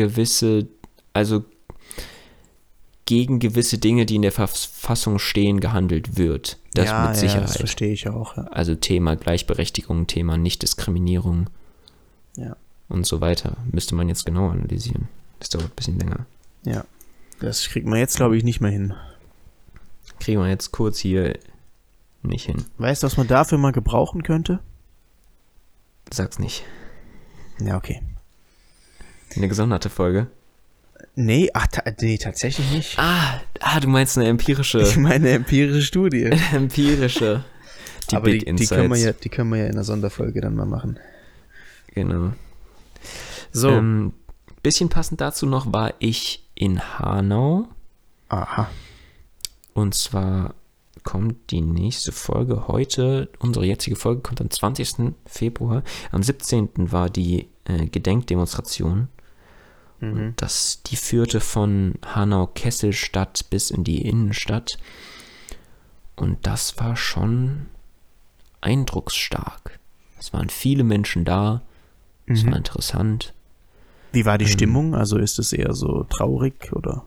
gegen gewisse Dinge, die in der Verfassung stehen, gehandelt wird. Das mit Sicherheit. Das verstehe ich auch. Ja. Also Thema Gleichberechtigung, Thema Nichtdiskriminierung und so weiter. Müsste man jetzt genau analysieren. Das dauert ein bisschen länger. Ja, das kriegt man jetzt, glaube ich, nicht mehr hin. Kriegen wir jetzt kurz hier nicht hin. Weißt du, was man dafür mal gebrauchen könnte? Sag's nicht. Ja, okay. Eine gesonderte Folge. Nee, tatsächlich nicht. Du meinst eine empirische. Ich meine eine empirische Studie. Empirische. Aber Big Insights. Die können wir ja in einer Sonderfolge dann mal machen. Genau. So. Bisschen passend dazu noch war ich in Hanau. Aha. Und zwar kommt die nächste Folge heute, unsere jetzige Folge kommt am 20. Februar. Am 17. war die Gedenkdemonstration. Die führte von Hanau-Kesselstadt bis in die Innenstadt. Und das war schon eindrucksstark. Es waren viele Menschen da. Es war interessant. Wie war die Stimmung? Also ist es eher so traurig oder?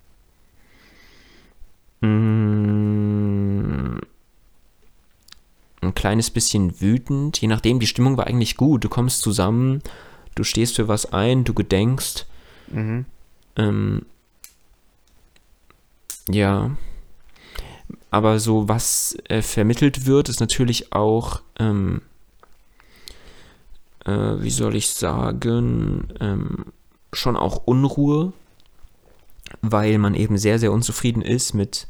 Ein kleines bisschen wütend. Je nachdem, die Stimmung war eigentlich gut. Du kommst zusammen, du stehst für was ein, du gedenkst. Ja. Aber so, was vermittelt wird, ist natürlich auch, wie soll ich sagen, schon auch Unruhe, weil man eben sehr, sehr unzufrieden ist mit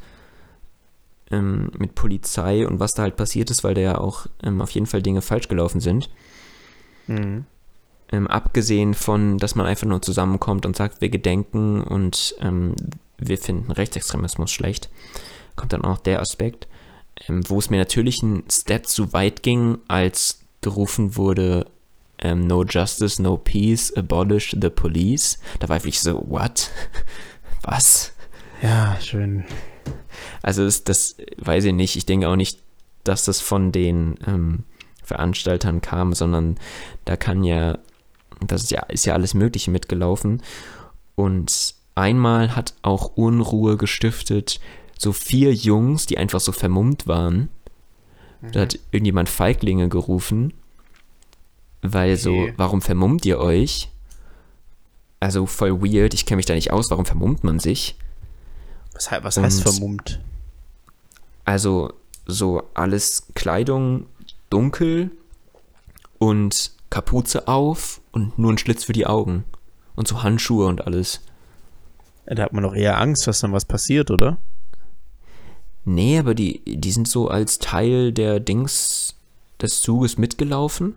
Polizei und was da halt passiert ist, weil da ja auch auf jeden Fall Dinge falsch gelaufen sind. Mhm. Abgesehen von, dass man einfach nur zusammenkommt und sagt, wir gedenken und wir finden Rechtsextremismus schlecht, kommt dann auch der Aspekt, wo es mir natürlich einen Step zu weit ging, als gerufen wurde, no justice, no peace, abolish the police. Da war ich wirklich so, what? Was? Ja, schön. Also das weiß ich nicht. Ich denke auch nicht, dass das von den Veranstaltern kam, sondern da ist ja alles Mögliche mitgelaufen. Und einmal hat auch Unruhe gestiftet, so 4 Jungs, die einfach so vermummt waren. Da hat irgendjemand Feiglinge gerufen, weil so, warum vermummt ihr euch? Also voll weird, ich kenne mich da nicht aus, warum vermummt man sich? Was heißt vermummt? Also so alles Kleidung dunkel und Kapuze auf und nur ein Schlitz für die Augen und so Handschuhe und alles. Da hat man doch eher Angst, dass dann was passiert, oder? Nee, aber die sind so als Teil des Zuges mitgelaufen.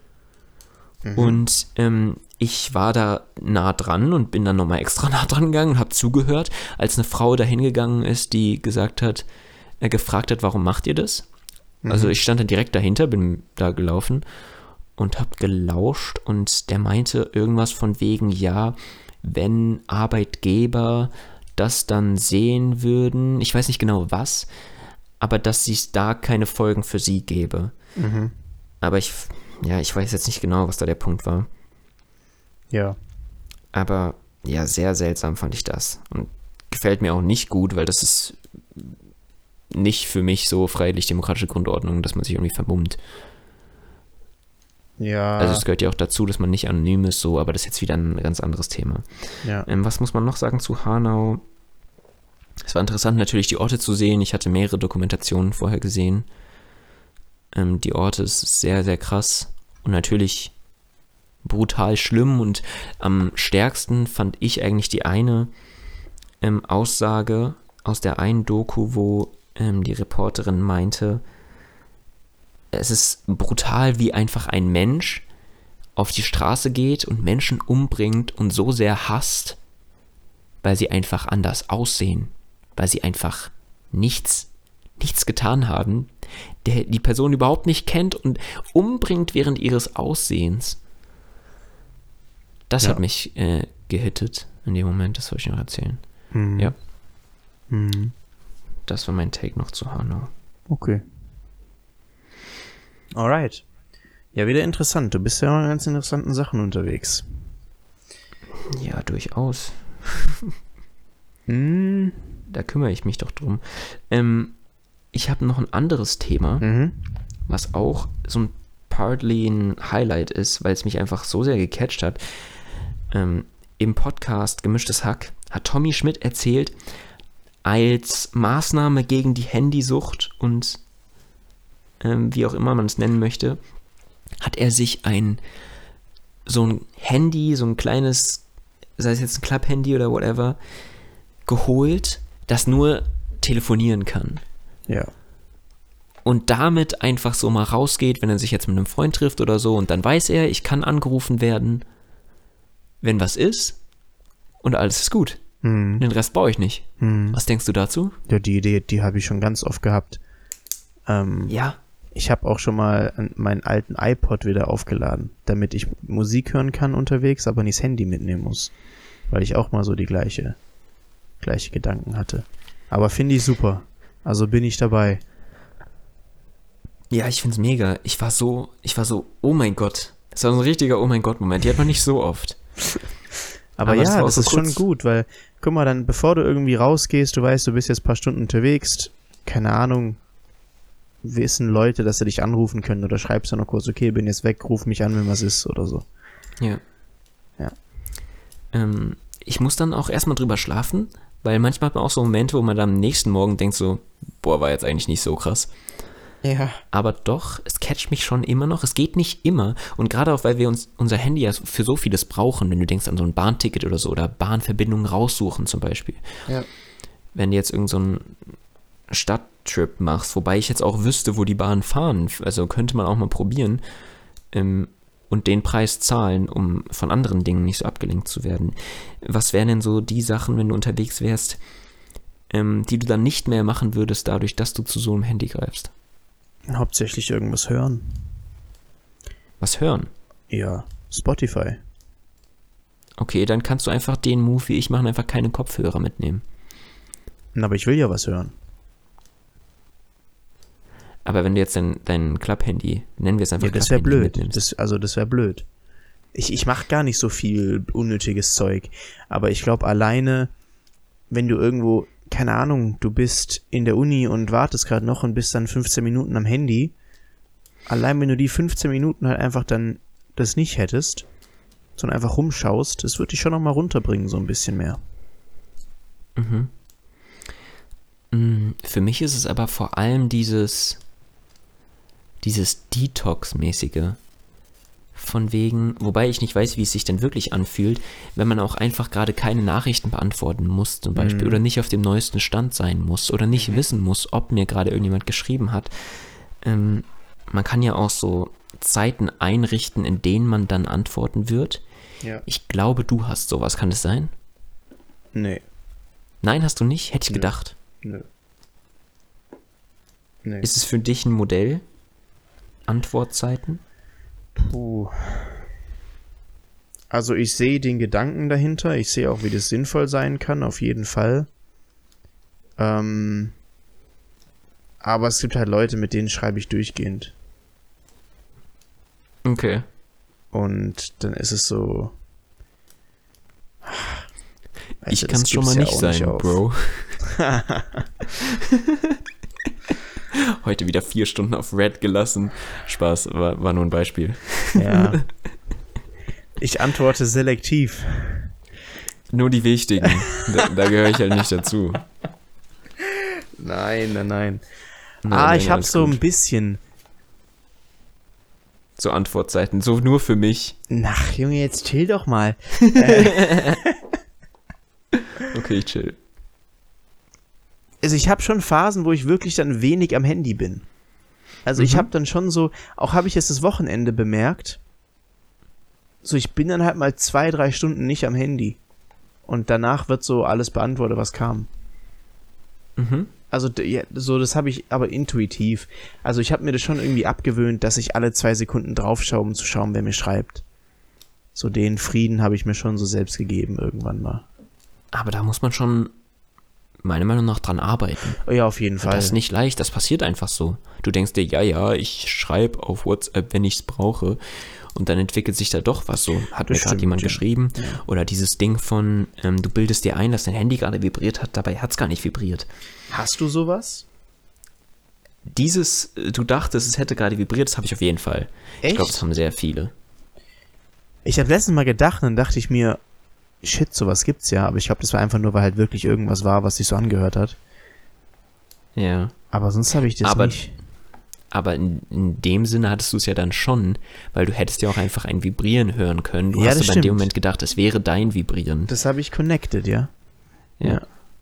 Und ich war da nah dran und bin dann nochmal extra nah dran gegangen und habe zugehört, als eine Frau da hingegangen ist, die gefragt hat, warum macht ihr das? Also ich stand dann direkt dahinter, bin da gelaufen und habe gelauscht und der meinte irgendwas von wegen, ja, wenn Arbeitgeber das dann sehen würden, ich weiß nicht genau was, aber dass es da keine Folgen für sie gäbe. Aber ich weiß jetzt nicht genau, was da der Punkt war. Ja. Aber ja, sehr seltsam fand ich das. Und gefällt mir auch nicht gut, weil das ist nicht für mich so freiheitlich-demokratische Grundordnung, dass man sich irgendwie vermummt. Ja. Also es gehört ja auch dazu, dass man nicht anonym ist, so, aber das ist jetzt wieder ein ganz anderes Thema. Ja. Was muss man noch sagen zu Hanau? Es war interessant, natürlich die Orte zu sehen. Ich hatte mehrere Dokumentationen vorher gesehen. Die Orte ist sehr, sehr krass und natürlich brutal schlimm. Und am stärksten fand ich eigentlich die eine Aussage aus der einen Doku, wo die Reporterin meinte, es ist brutal, wie einfach ein Mensch auf die Straße geht und Menschen umbringt und so sehr hasst, weil sie einfach anders aussehen, weil sie einfach nichts getan haben, der die Person überhaupt nicht kennt und umbringt während ihres Aussehens. Das hat mich gehittet in dem Moment, das wollte ich noch erzählen. Ja. Das war mein Take noch zu Hanau. Okay. Alright. Ja, wieder interessant. Du bist ja in ganz interessanten Sachen unterwegs. Ja, durchaus. Da kümmere ich mich doch drum. Ich habe noch ein anderes Thema, was auch so ein partly ein Highlight ist, weil es mich einfach so sehr gecatcht hat. Im Podcast Gemischtes Hack hat Tommy Schmidt erzählt, als Maßnahme gegen die Handysucht und wie auch immer man es nennen möchte, hat er sich so ein Handy, so ein kleines, sei es jetzt ein Club-Handy oder whatever, geholt, das nur telefonieren kann. Ja. Und damit einfach so mal rausgeht, wenn er sich jetzt mit einem Freund trifft oder so, und dann weiß er, ich kann angerufen werden, wenn was ist, und alles ist gut. Den Rest brauche ich nicht. Was denkst du dazu? Ja, die Idee, die habe ich schon ganz oft gehabt. Ja. Ich habe auch schon mal meinen alten iPod wieder aufgeladen, damit ich Musik hören kann unterwegs, aber nicht das Handy mitnehmen muss. Weil ich auch mal so die gleiche Gedanken hatte. Aber finde ich super. Also bin ich dabei. Ja, ich find's mega. Ich war so, oh mein Gott. Das war so ein richtiger Oh mein Gott-Moment. Die hat man nicht so oft. Aber ja, das ist schon gut, weil, guck mal, dann, bevor du irgendwie rausgehst, du weißt, du bist jetzt ein paar Stunden unterwegs, keine Ahnung, wissen Leute, dass sie dich anrufen können, oder schreibst du noch kurz, okay, bin jetzt weg, ruf mich an, wenn was ist, oder so. Ja. Ja. Ich muss dann auch erstmal drüber schlafen, weil manchmal hat man auch so Momente, wo man dann am nächsten Morgen denkt so, boah, war jetzt eigentlich nicht so krass. Ja. Aber doch, es catcht mich schon immer noch. Es geht nicht immer. Und gerade auch, weil wir uns unser Handy ja für so vieles brauchen, wenn du denkst an so ein Bahnticket oder so oder Bahnverbindungen raussuchen zum Beispiel. Ja. Wenn du jetzt irgend so einen Stadttrip machst, wobei ich jetzt auch wüsste, wo die Bahnen fahren, also könnte man auch mal probieren und den Preis zahlen, um von anderen Dingen nicht so abgelenkt zu werden. Was wären denn so die Sachen, wenn du unterwegs wärst, die du dann nicht mehr machen würdest, dadurch, dass du zu so einem Handy greifst? Hauptsächlich irgendwas hören. Was hören? Ja, Spotify. Okay, dann kannst du einfach den Move wie ich machen, einfach keine Kopfhörer mitnehmen. Aber ich will ja was hören. Aber wenn du jetzt dein Club-Handy, nennen wir es einfach Ja, das wäre Club-Handy blöd. mitnimmst. Das wäre blöd. Ich mache gar nicht so viel unnötiges Zeug. Aber ich glaube, alleine, wenn du irgendwo, keine Ahnung, du bist in der Uni und wartest gerade noch und bist dann 15 Minuten am Handy. Allein wenn du die 15 Minuten halt einfach dann das nicht hättest, sondern einfach rumschaust, das würde dich schon nochmal runterbringen, so ein bisschen mehr. Für mich ist es aber vor allem dieses Detox-mäßige. Von wegen, wobei ich nicht weiß, wie es sich denn wirklich anfühlt, wenn man auch einfach gerade keine Nachrichten beantworten muss zum Beispiel oder nicht auf dem neuesten Stand sein muss oder nicht wissen muss, ob mir gerade irgendjemand geschrieben hat. Man kann ja auch so Zeiten einrichten, in denen man dann antworten wird. Ja. Ich glaube, du hast sowas. Kann das sein? Nee. Nein, hast du nicht? Hätte ich Nö. gedacht. Nö. Nee. Ist es für dich ein Modell? Antwortzeiten? Puh. Also ich sehe den Gedanken dahinter, ich sehe auch, wie das sinnvoll sein kann, auf jeden Fall. Aber es gibt halt Leute, mit denen schreibe ich durchgehend. Okay. Und dann ist es so... Ich kann es schon mal nicht sein, Bro. Heute wieder 4 Stunden auf Red gelassen. Spaß, war nur ein Beispiel. Ja. Ich antworte selektiv. Nur die wichtigen. Da gehöre ich halt nicht dazu. Nein. Nein, Ich habe alles so gut. ein bisschen... So Antwortzeiten, so nur für mich. Ach, Junge, jetzt chill doch mal. Okay, ich chill. Also ich habe schon Phasen, wo ich wirklich dann wenig am Handy bin. Also ich habe dann schon so, auch habe ich es das Wochenende bemerkt, so ich bin dann halt mal 2-3 Stunden nicht am Handy. Und danach wird so alles beantwortet, was kam. Also ja, so das habe ich aber intuitiv. Also ich habe mir das schon irgendwie abgewöhnt, dass ich alle 2 Sekunden drauf schaue, um zu schauen, wer mir schreibt. So den Frieden habe ich mir schon so selbst gegeben irgendwann mal. Aber da muss man schon, meiner Meinung nach, dran arbeiten. Oh ja, auf jeden Fall. Das ist nicht leicht, das passiert einfach so. Du denkst dir, ja, ich schreibe auf WhatsApp, wenn ich es brauche. Und dann entwickelt sich da doch was so. Hat mir gerade jemand geschrieben. Ja. Oder dieses Ding von, du bildest dir ein, dass dein Handy gerade vibriert hat, dabei hat es gar nicht vibriert. Hast du sowas? Du dachtest, es hätte gerade vibriert, das habe ich auf jeden Fall. Echt? Ich glaube, das haben sehr viele. Ich habe letztens mal gedacht, dann dachte ich mir, shit, sowas gibt's ja, aber ich glaube, das war einfach nur, weil halt wirklich irgendwas war, was sich so angehört hat. Ja. Aber sonst habe ich das nicht. Aber in dem Sinne hattest du es ja dann schon, weil du hättest ja auch einfach ein Vibrieren hören können. Du Ja, hast das aber in dem stimmt. Moment gedacht, es wäre dein Vibrieren. Das habe ich connected, ja. Ja.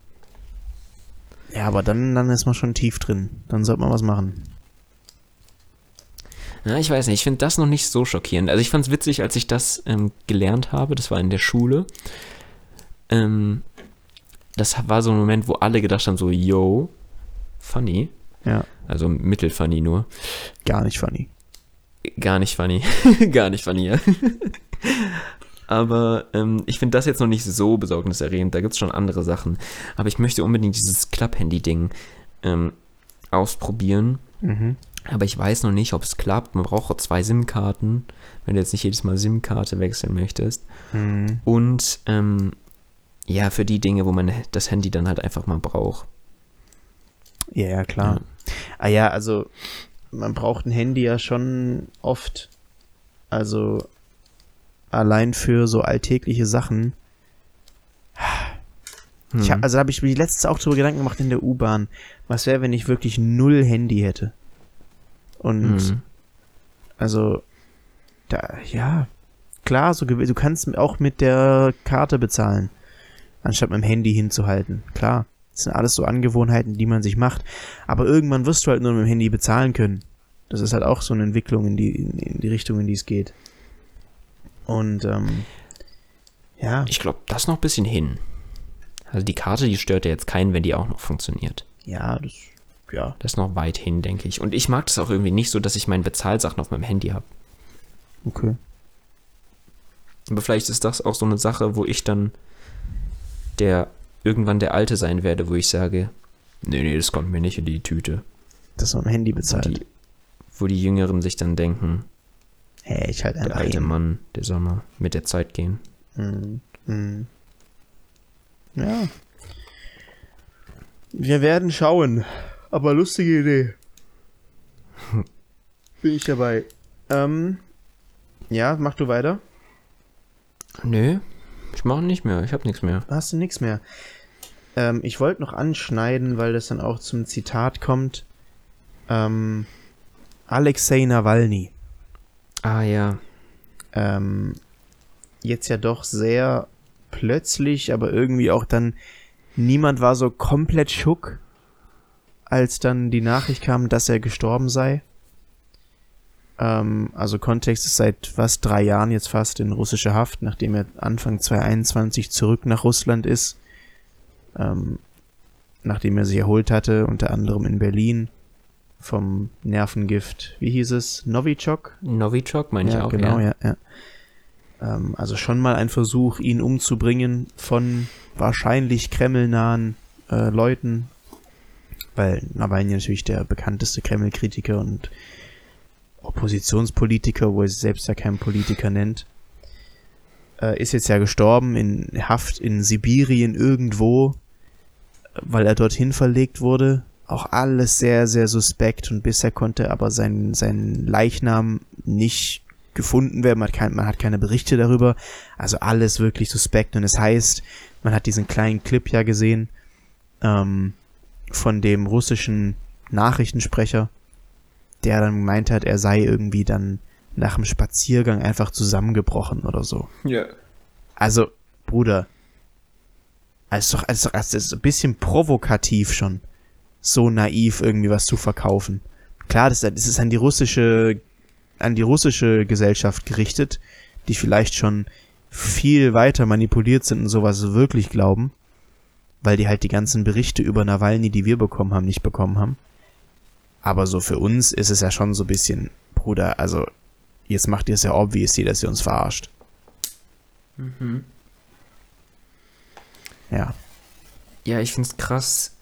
Ja, aber dann ist man schon tief drin. Dann sollte man was machen. Ja, ich weiß nicht, ich finde das noch nicht so schockierend. Also ich fand es witzig, als ich das gelernt habe, das war in der Schule. Das war so ein Moment, wo alle gedacht haben, so, yo, funny. Ja. Also mittelfunny nur. Gar nicht funny. Gar nicht funny. Gar nicht funny, ja. Aber ich finde das jetzt noch nicht so besorgniserregend. Da gibt es schon andere Sachen. Aber ich möchte unbedingt dieses Club-Handy-Ding ausprobieren. Aber ich weiß noch nicht, ob es klappt. Man braucht auch 2 SIM-Karten, wenn du jetzt nicht jedes Mal SIM-Karte wechseln möchtest. Und ja, für die Dinge, wo man das Handy dann halt einfach mal braucht. Ja, klar. Ah ja, also man braucht ein Handy ja schon oft. Also allein für so alltägliche Sachen. Da habe ich mir letztens auch drüber Gedanken gemacht in der U-Bahn. Was wäre, wenn ich wirklich 0 Handy hätte? Und also, da, ja, klar, du kannst auch mit der Karte bezahlen, anstatt mit dem Handy hinzuhalten. Klar, das sind alles so Angewohnheiten, die man sich macht. Aber irgendwann wirst du halt nur mit dem Handy bezahlen können. Das ist halt auch so eine Entwicklung in die Richtung, in die es geht. Und, ja. Ich glaube, das ist noch ein bisschen hin. Also die Karte, die stört ja jetzt keinen, wenn die auch noch funktioniert. Ja, Das ist noch weit hin, denke ich. Und ich mag das auch irgendwie nicht so, dass ich meine Bezahlsachen auf meinem Handy habe. Okay. Aber vielleicht ist das auch so eine Sache, wo ich dann irgendwann der Alte sein werde, wo ich sage, nee, das kommt mir nicht in die Tüte. Dass man am Handy bezahlt. Wo die Jüngeren sich dann denken, hey, ich halt der alte Mann, der soll mal mit der Zeit gehen. Ja. Wir werden schauen. Aber lustige Idee. Bin ich dabei. Ja, mach du weiter. Nö, ich mache nicht mehr. Ich habe nichts mehr. Hast du nichts mehr? Ich wollte noch anschneiden, weil das dann auch zum Zitat kommt. Alexei Nawalny. Ah ja. Jetzt ja doch sehr plötzlich, aber irgendwie auch dann, niemand war so komplett schock, als dann die Nachricht kam, dass er gestorben sei. Also Kontext ist seit 3 Jahren jetzt fast in russischer Haft, nachdem er Anfang 2021 zurück nach Russland ist. Nachdem er sich erholt hatte, unter anderem in Berlin, vom Nervengift, wie hieß es? Novichok, meine ich auch, genau, ja. Also schon mal ein Versuch, ihn umzubringen von wahrscheinlich kremlnahen Leuten, weil Nawalny natürlich der bekannteste Kreml-Kritiker und Oppositionspolitiker, wo er sich selbst ja keinen Politiker nennt, ist jetzt ja gestorben in Haft in Sibirien irgendwo, weil er dorthin verlegt wurde. Auch alles sehr, sehr suspekt und bisher konnte aber sein Leichnam nicht gefunden werden. Man hat keine Berichte darüber. Also alles wirklich suspekt. Und es heißt, man hat diesen kleinen Clip ja gesehen von dem russischen Nachrichtensprecher, der dann gemeint hat, er sei irgendwie dann nach dem Spaziergang einfach zusammengebrochen oder so. Ja. Also, Bruder, es ist ein bisschen provokativ schon, so naiv irgendwie was zu verkaufen. Klar, das ist an die russische Gesellschaft gerichtet, die vielleicht schon viel weiter manipuliert sind und sowas wirklich glauben, weil die halt die ganzen Berichte über Nawalny, die wir bekommen haben, nicht bekommen haben. Aber so für uns ist es ja schon so ein bisschen, Bruder, also jetzt macht ihr es ja obvious, dass ihr uns verarscht. Ja. Ja, ich find's krass,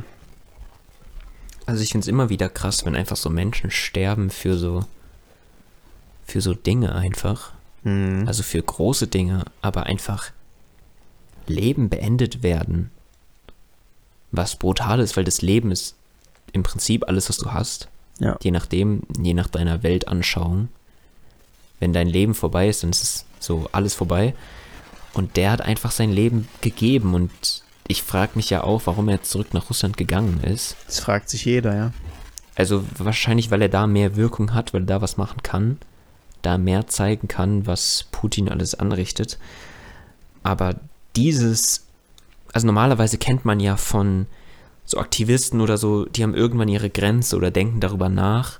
also ich find's immer wieder krass, wenn einfach so Menschen sterben für so Dinge einfach. Also für große Dinge, aber einfach Leben beendet werden. Was brutal ist, weil das Leben ist im Prinzip alles, was du hast. Ja. Je nach deiner Weltanschauung. Wenn dein Leben vorbei ist, dann ist es so alles vorbei. Und der hat einfach sein Leben gegeben und ich frage mich ja auch, warum er zurück nach Russland gegangen ist. Das fragt sich jeder, ja. Also wahrscheinlich, weil er da mehr Wirkung hat, weil er da was machen kann, da mehr zeigen kann, was Putin alles anrichtet. Aber also normalerweise kennt man ja von so Aktivisten oder so, die haben irgendwann ihre Grenze oder denken darüber nach,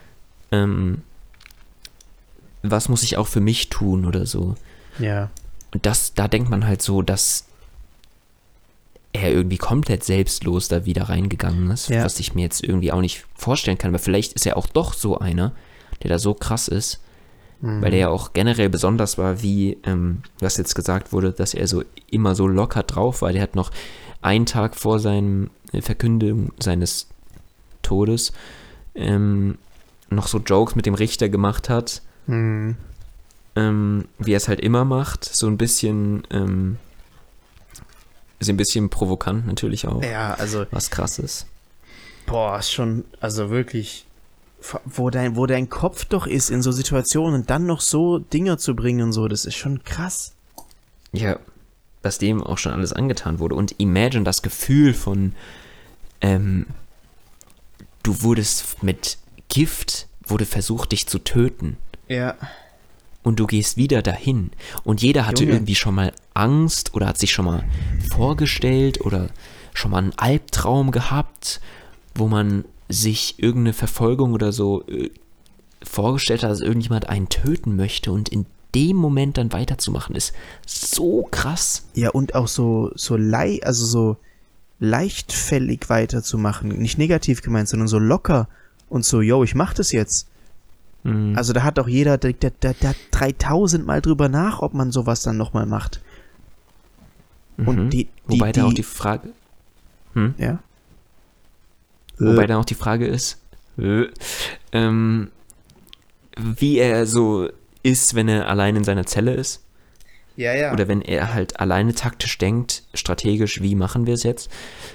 was muss ich auch für mich tun oder so. Ja. Und da denkt man halt so, dass er irgendwie komplett selbstlos da wieder reingegangen ist, ja. Was ich mir jetzt irgendwie auch nicht vorstellen kann, aber vielleicht ist er auch doch so einer, der da so krass ist, weil der ja auch generell besonders war, wie, was jetzt gesagt wurde, dass er so immer so locker drauf war. Der hat noch einen Tag vor seinem Verkündung seines Todes noch so Jokes mit dem Richter gemacht hat, wie er es halt immer macht, so ein bisschen provokant natürlich auch. Ja, also was krass ist. Boah, ist schon, also wirklich, wo dein Kopf doch ist in so Situationen und dann noch so Dinger zu bringen und so, das ist schon krass. Ja, was dem auch schon alles angetan wurde. Und imagine das Gefühl von, du wurdest mit Gift wurde versucht, dich zu töten. Ja. Und du gehst wieder dahin. Und jeder hatte Junge. irgendwie schon mal Angst oder hat sich schon mal vorgestellt oder schon mal einen Albtraum gehabt, wo man sich irgendeine Verfolgung oder so vorgestellt hat, dass irgendjemand einen töten möchte und in dem Moment dann weiterzumachen, ist so krass. Ja, und auch so leichtfällig weiterzumachen. Nicht negativ gemeint, sondern so locker und so, yo, ich mach das jetzt. Also da hat auch jeder, der 3000 Mal drüber nach, ob man sowas dann nochmal macht. Und Wobei da auch die Frage... Ja? Wobei dann auch die Frage ist, wie er so ist, wenn er allein in seiner Zelle ist. Ja, ja. Oder wenn er halt alleine taktisch denkt, strategisch, wie machen wir es jetzt?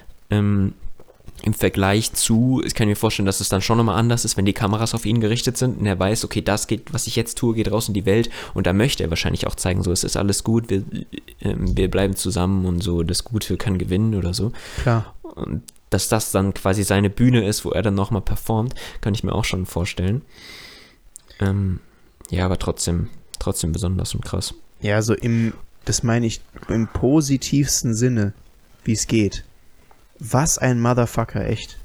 Im Vergleich zu, ich kann mir vorstellen, dass es dann schon nochmal anders ist, wenn die Kameras auf ihn gerichtet sind und er weiß, okay, das geht, was ich jetzt tue, geht raus in die Welt und da möchte er wahrscheinlich auch zeigen, so, es ist alles gut, wir bleiben zusammen und so, das Gute kann gewinnen oder so. Klar. Und dass das dann quasi seine Bühne ist, wo er dann nochmal performt, kann ich mir auch schon vorstellen. Ja, aber trotzdem besonders und krass. Ja, so das meine ich im positivsten Sinne, wie es geht. Was ein Motherfucker, echt.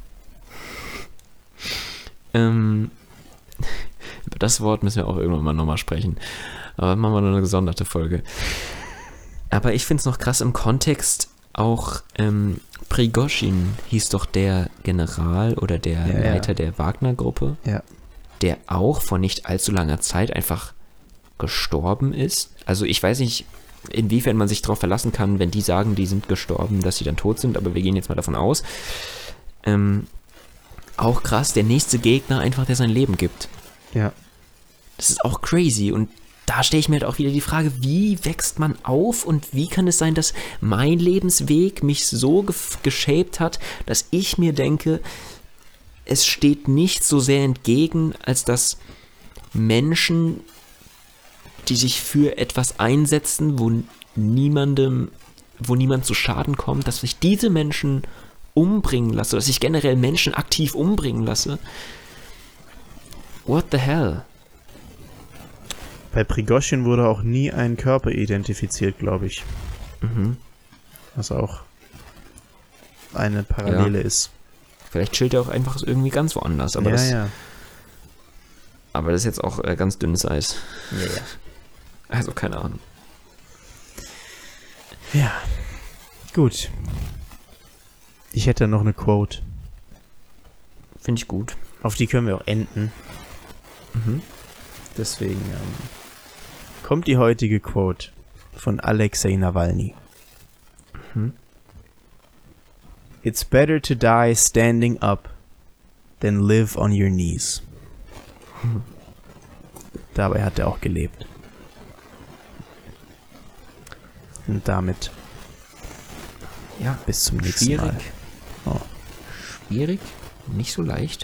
Über das Wort müssen wir auch irgendwann mal nochmal sprechen. Aber machen wir noch eine gesonderte Folge. Aber ich finde es noch krass im Kontext auch, Prigoschin hieß doch der General oder der Leiter der Wagner-Gruppe, der auch vor nicht allzu langer Zeit einfach gestorben ist. Also ich weiß nicht, inwiefern man sich darauf verlassen kann, wenn die sagen, die sind gestorben, dass sie dann tot sind, aber wir gehen jetzt mal davon aus. Auch krass, der nächste Gegner einfach, der sein Leben gibt. Ja. Das ist auch crazy und da stelle ich mir halt auch wieder die Frage, wie wächst man auf und wie kann es sein, dass mein Lebensweg mich so geshaped hat, dass ich mir denke, es steht nicht so sehr entgegen, als dass Menschen, die sich für etwas einsetzen, wo niemand zu Schaden kommt, dass ich diese Menschen umbringen lasse, dass ich generell Menschen aktiv umbringen lasse. What the hell? Bei Prigoschin wurde auch nie ein Körper identifiziert, glaube ich. Was auch eine Parallele ist. Vielleicht chillt er auch einfach irgendwie ganz woanders, aber aber das ist jetzt auch ganz dünnes Eis. Ja. Also keine Ahnung. Ja. Gut. Ich hätte noch eine Quote. Finde ich gut. Auf die können wir auch enden. Deswegen kommt die heutige Quote von Alexei Nawalny. It's better to die standing up than live on your knees. Dabei hat er auch gelebt. Und damit bis zum nächsten Mal. Oh. Schwierig, nicht so leicht.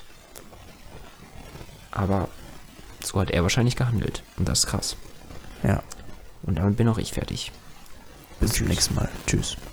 Aber so hat er wahrscheinlich gehandelt. Und das ist krass. Ja. Und damit bin auch ich fertig. Bis zum nächsten Mal. Tschüss.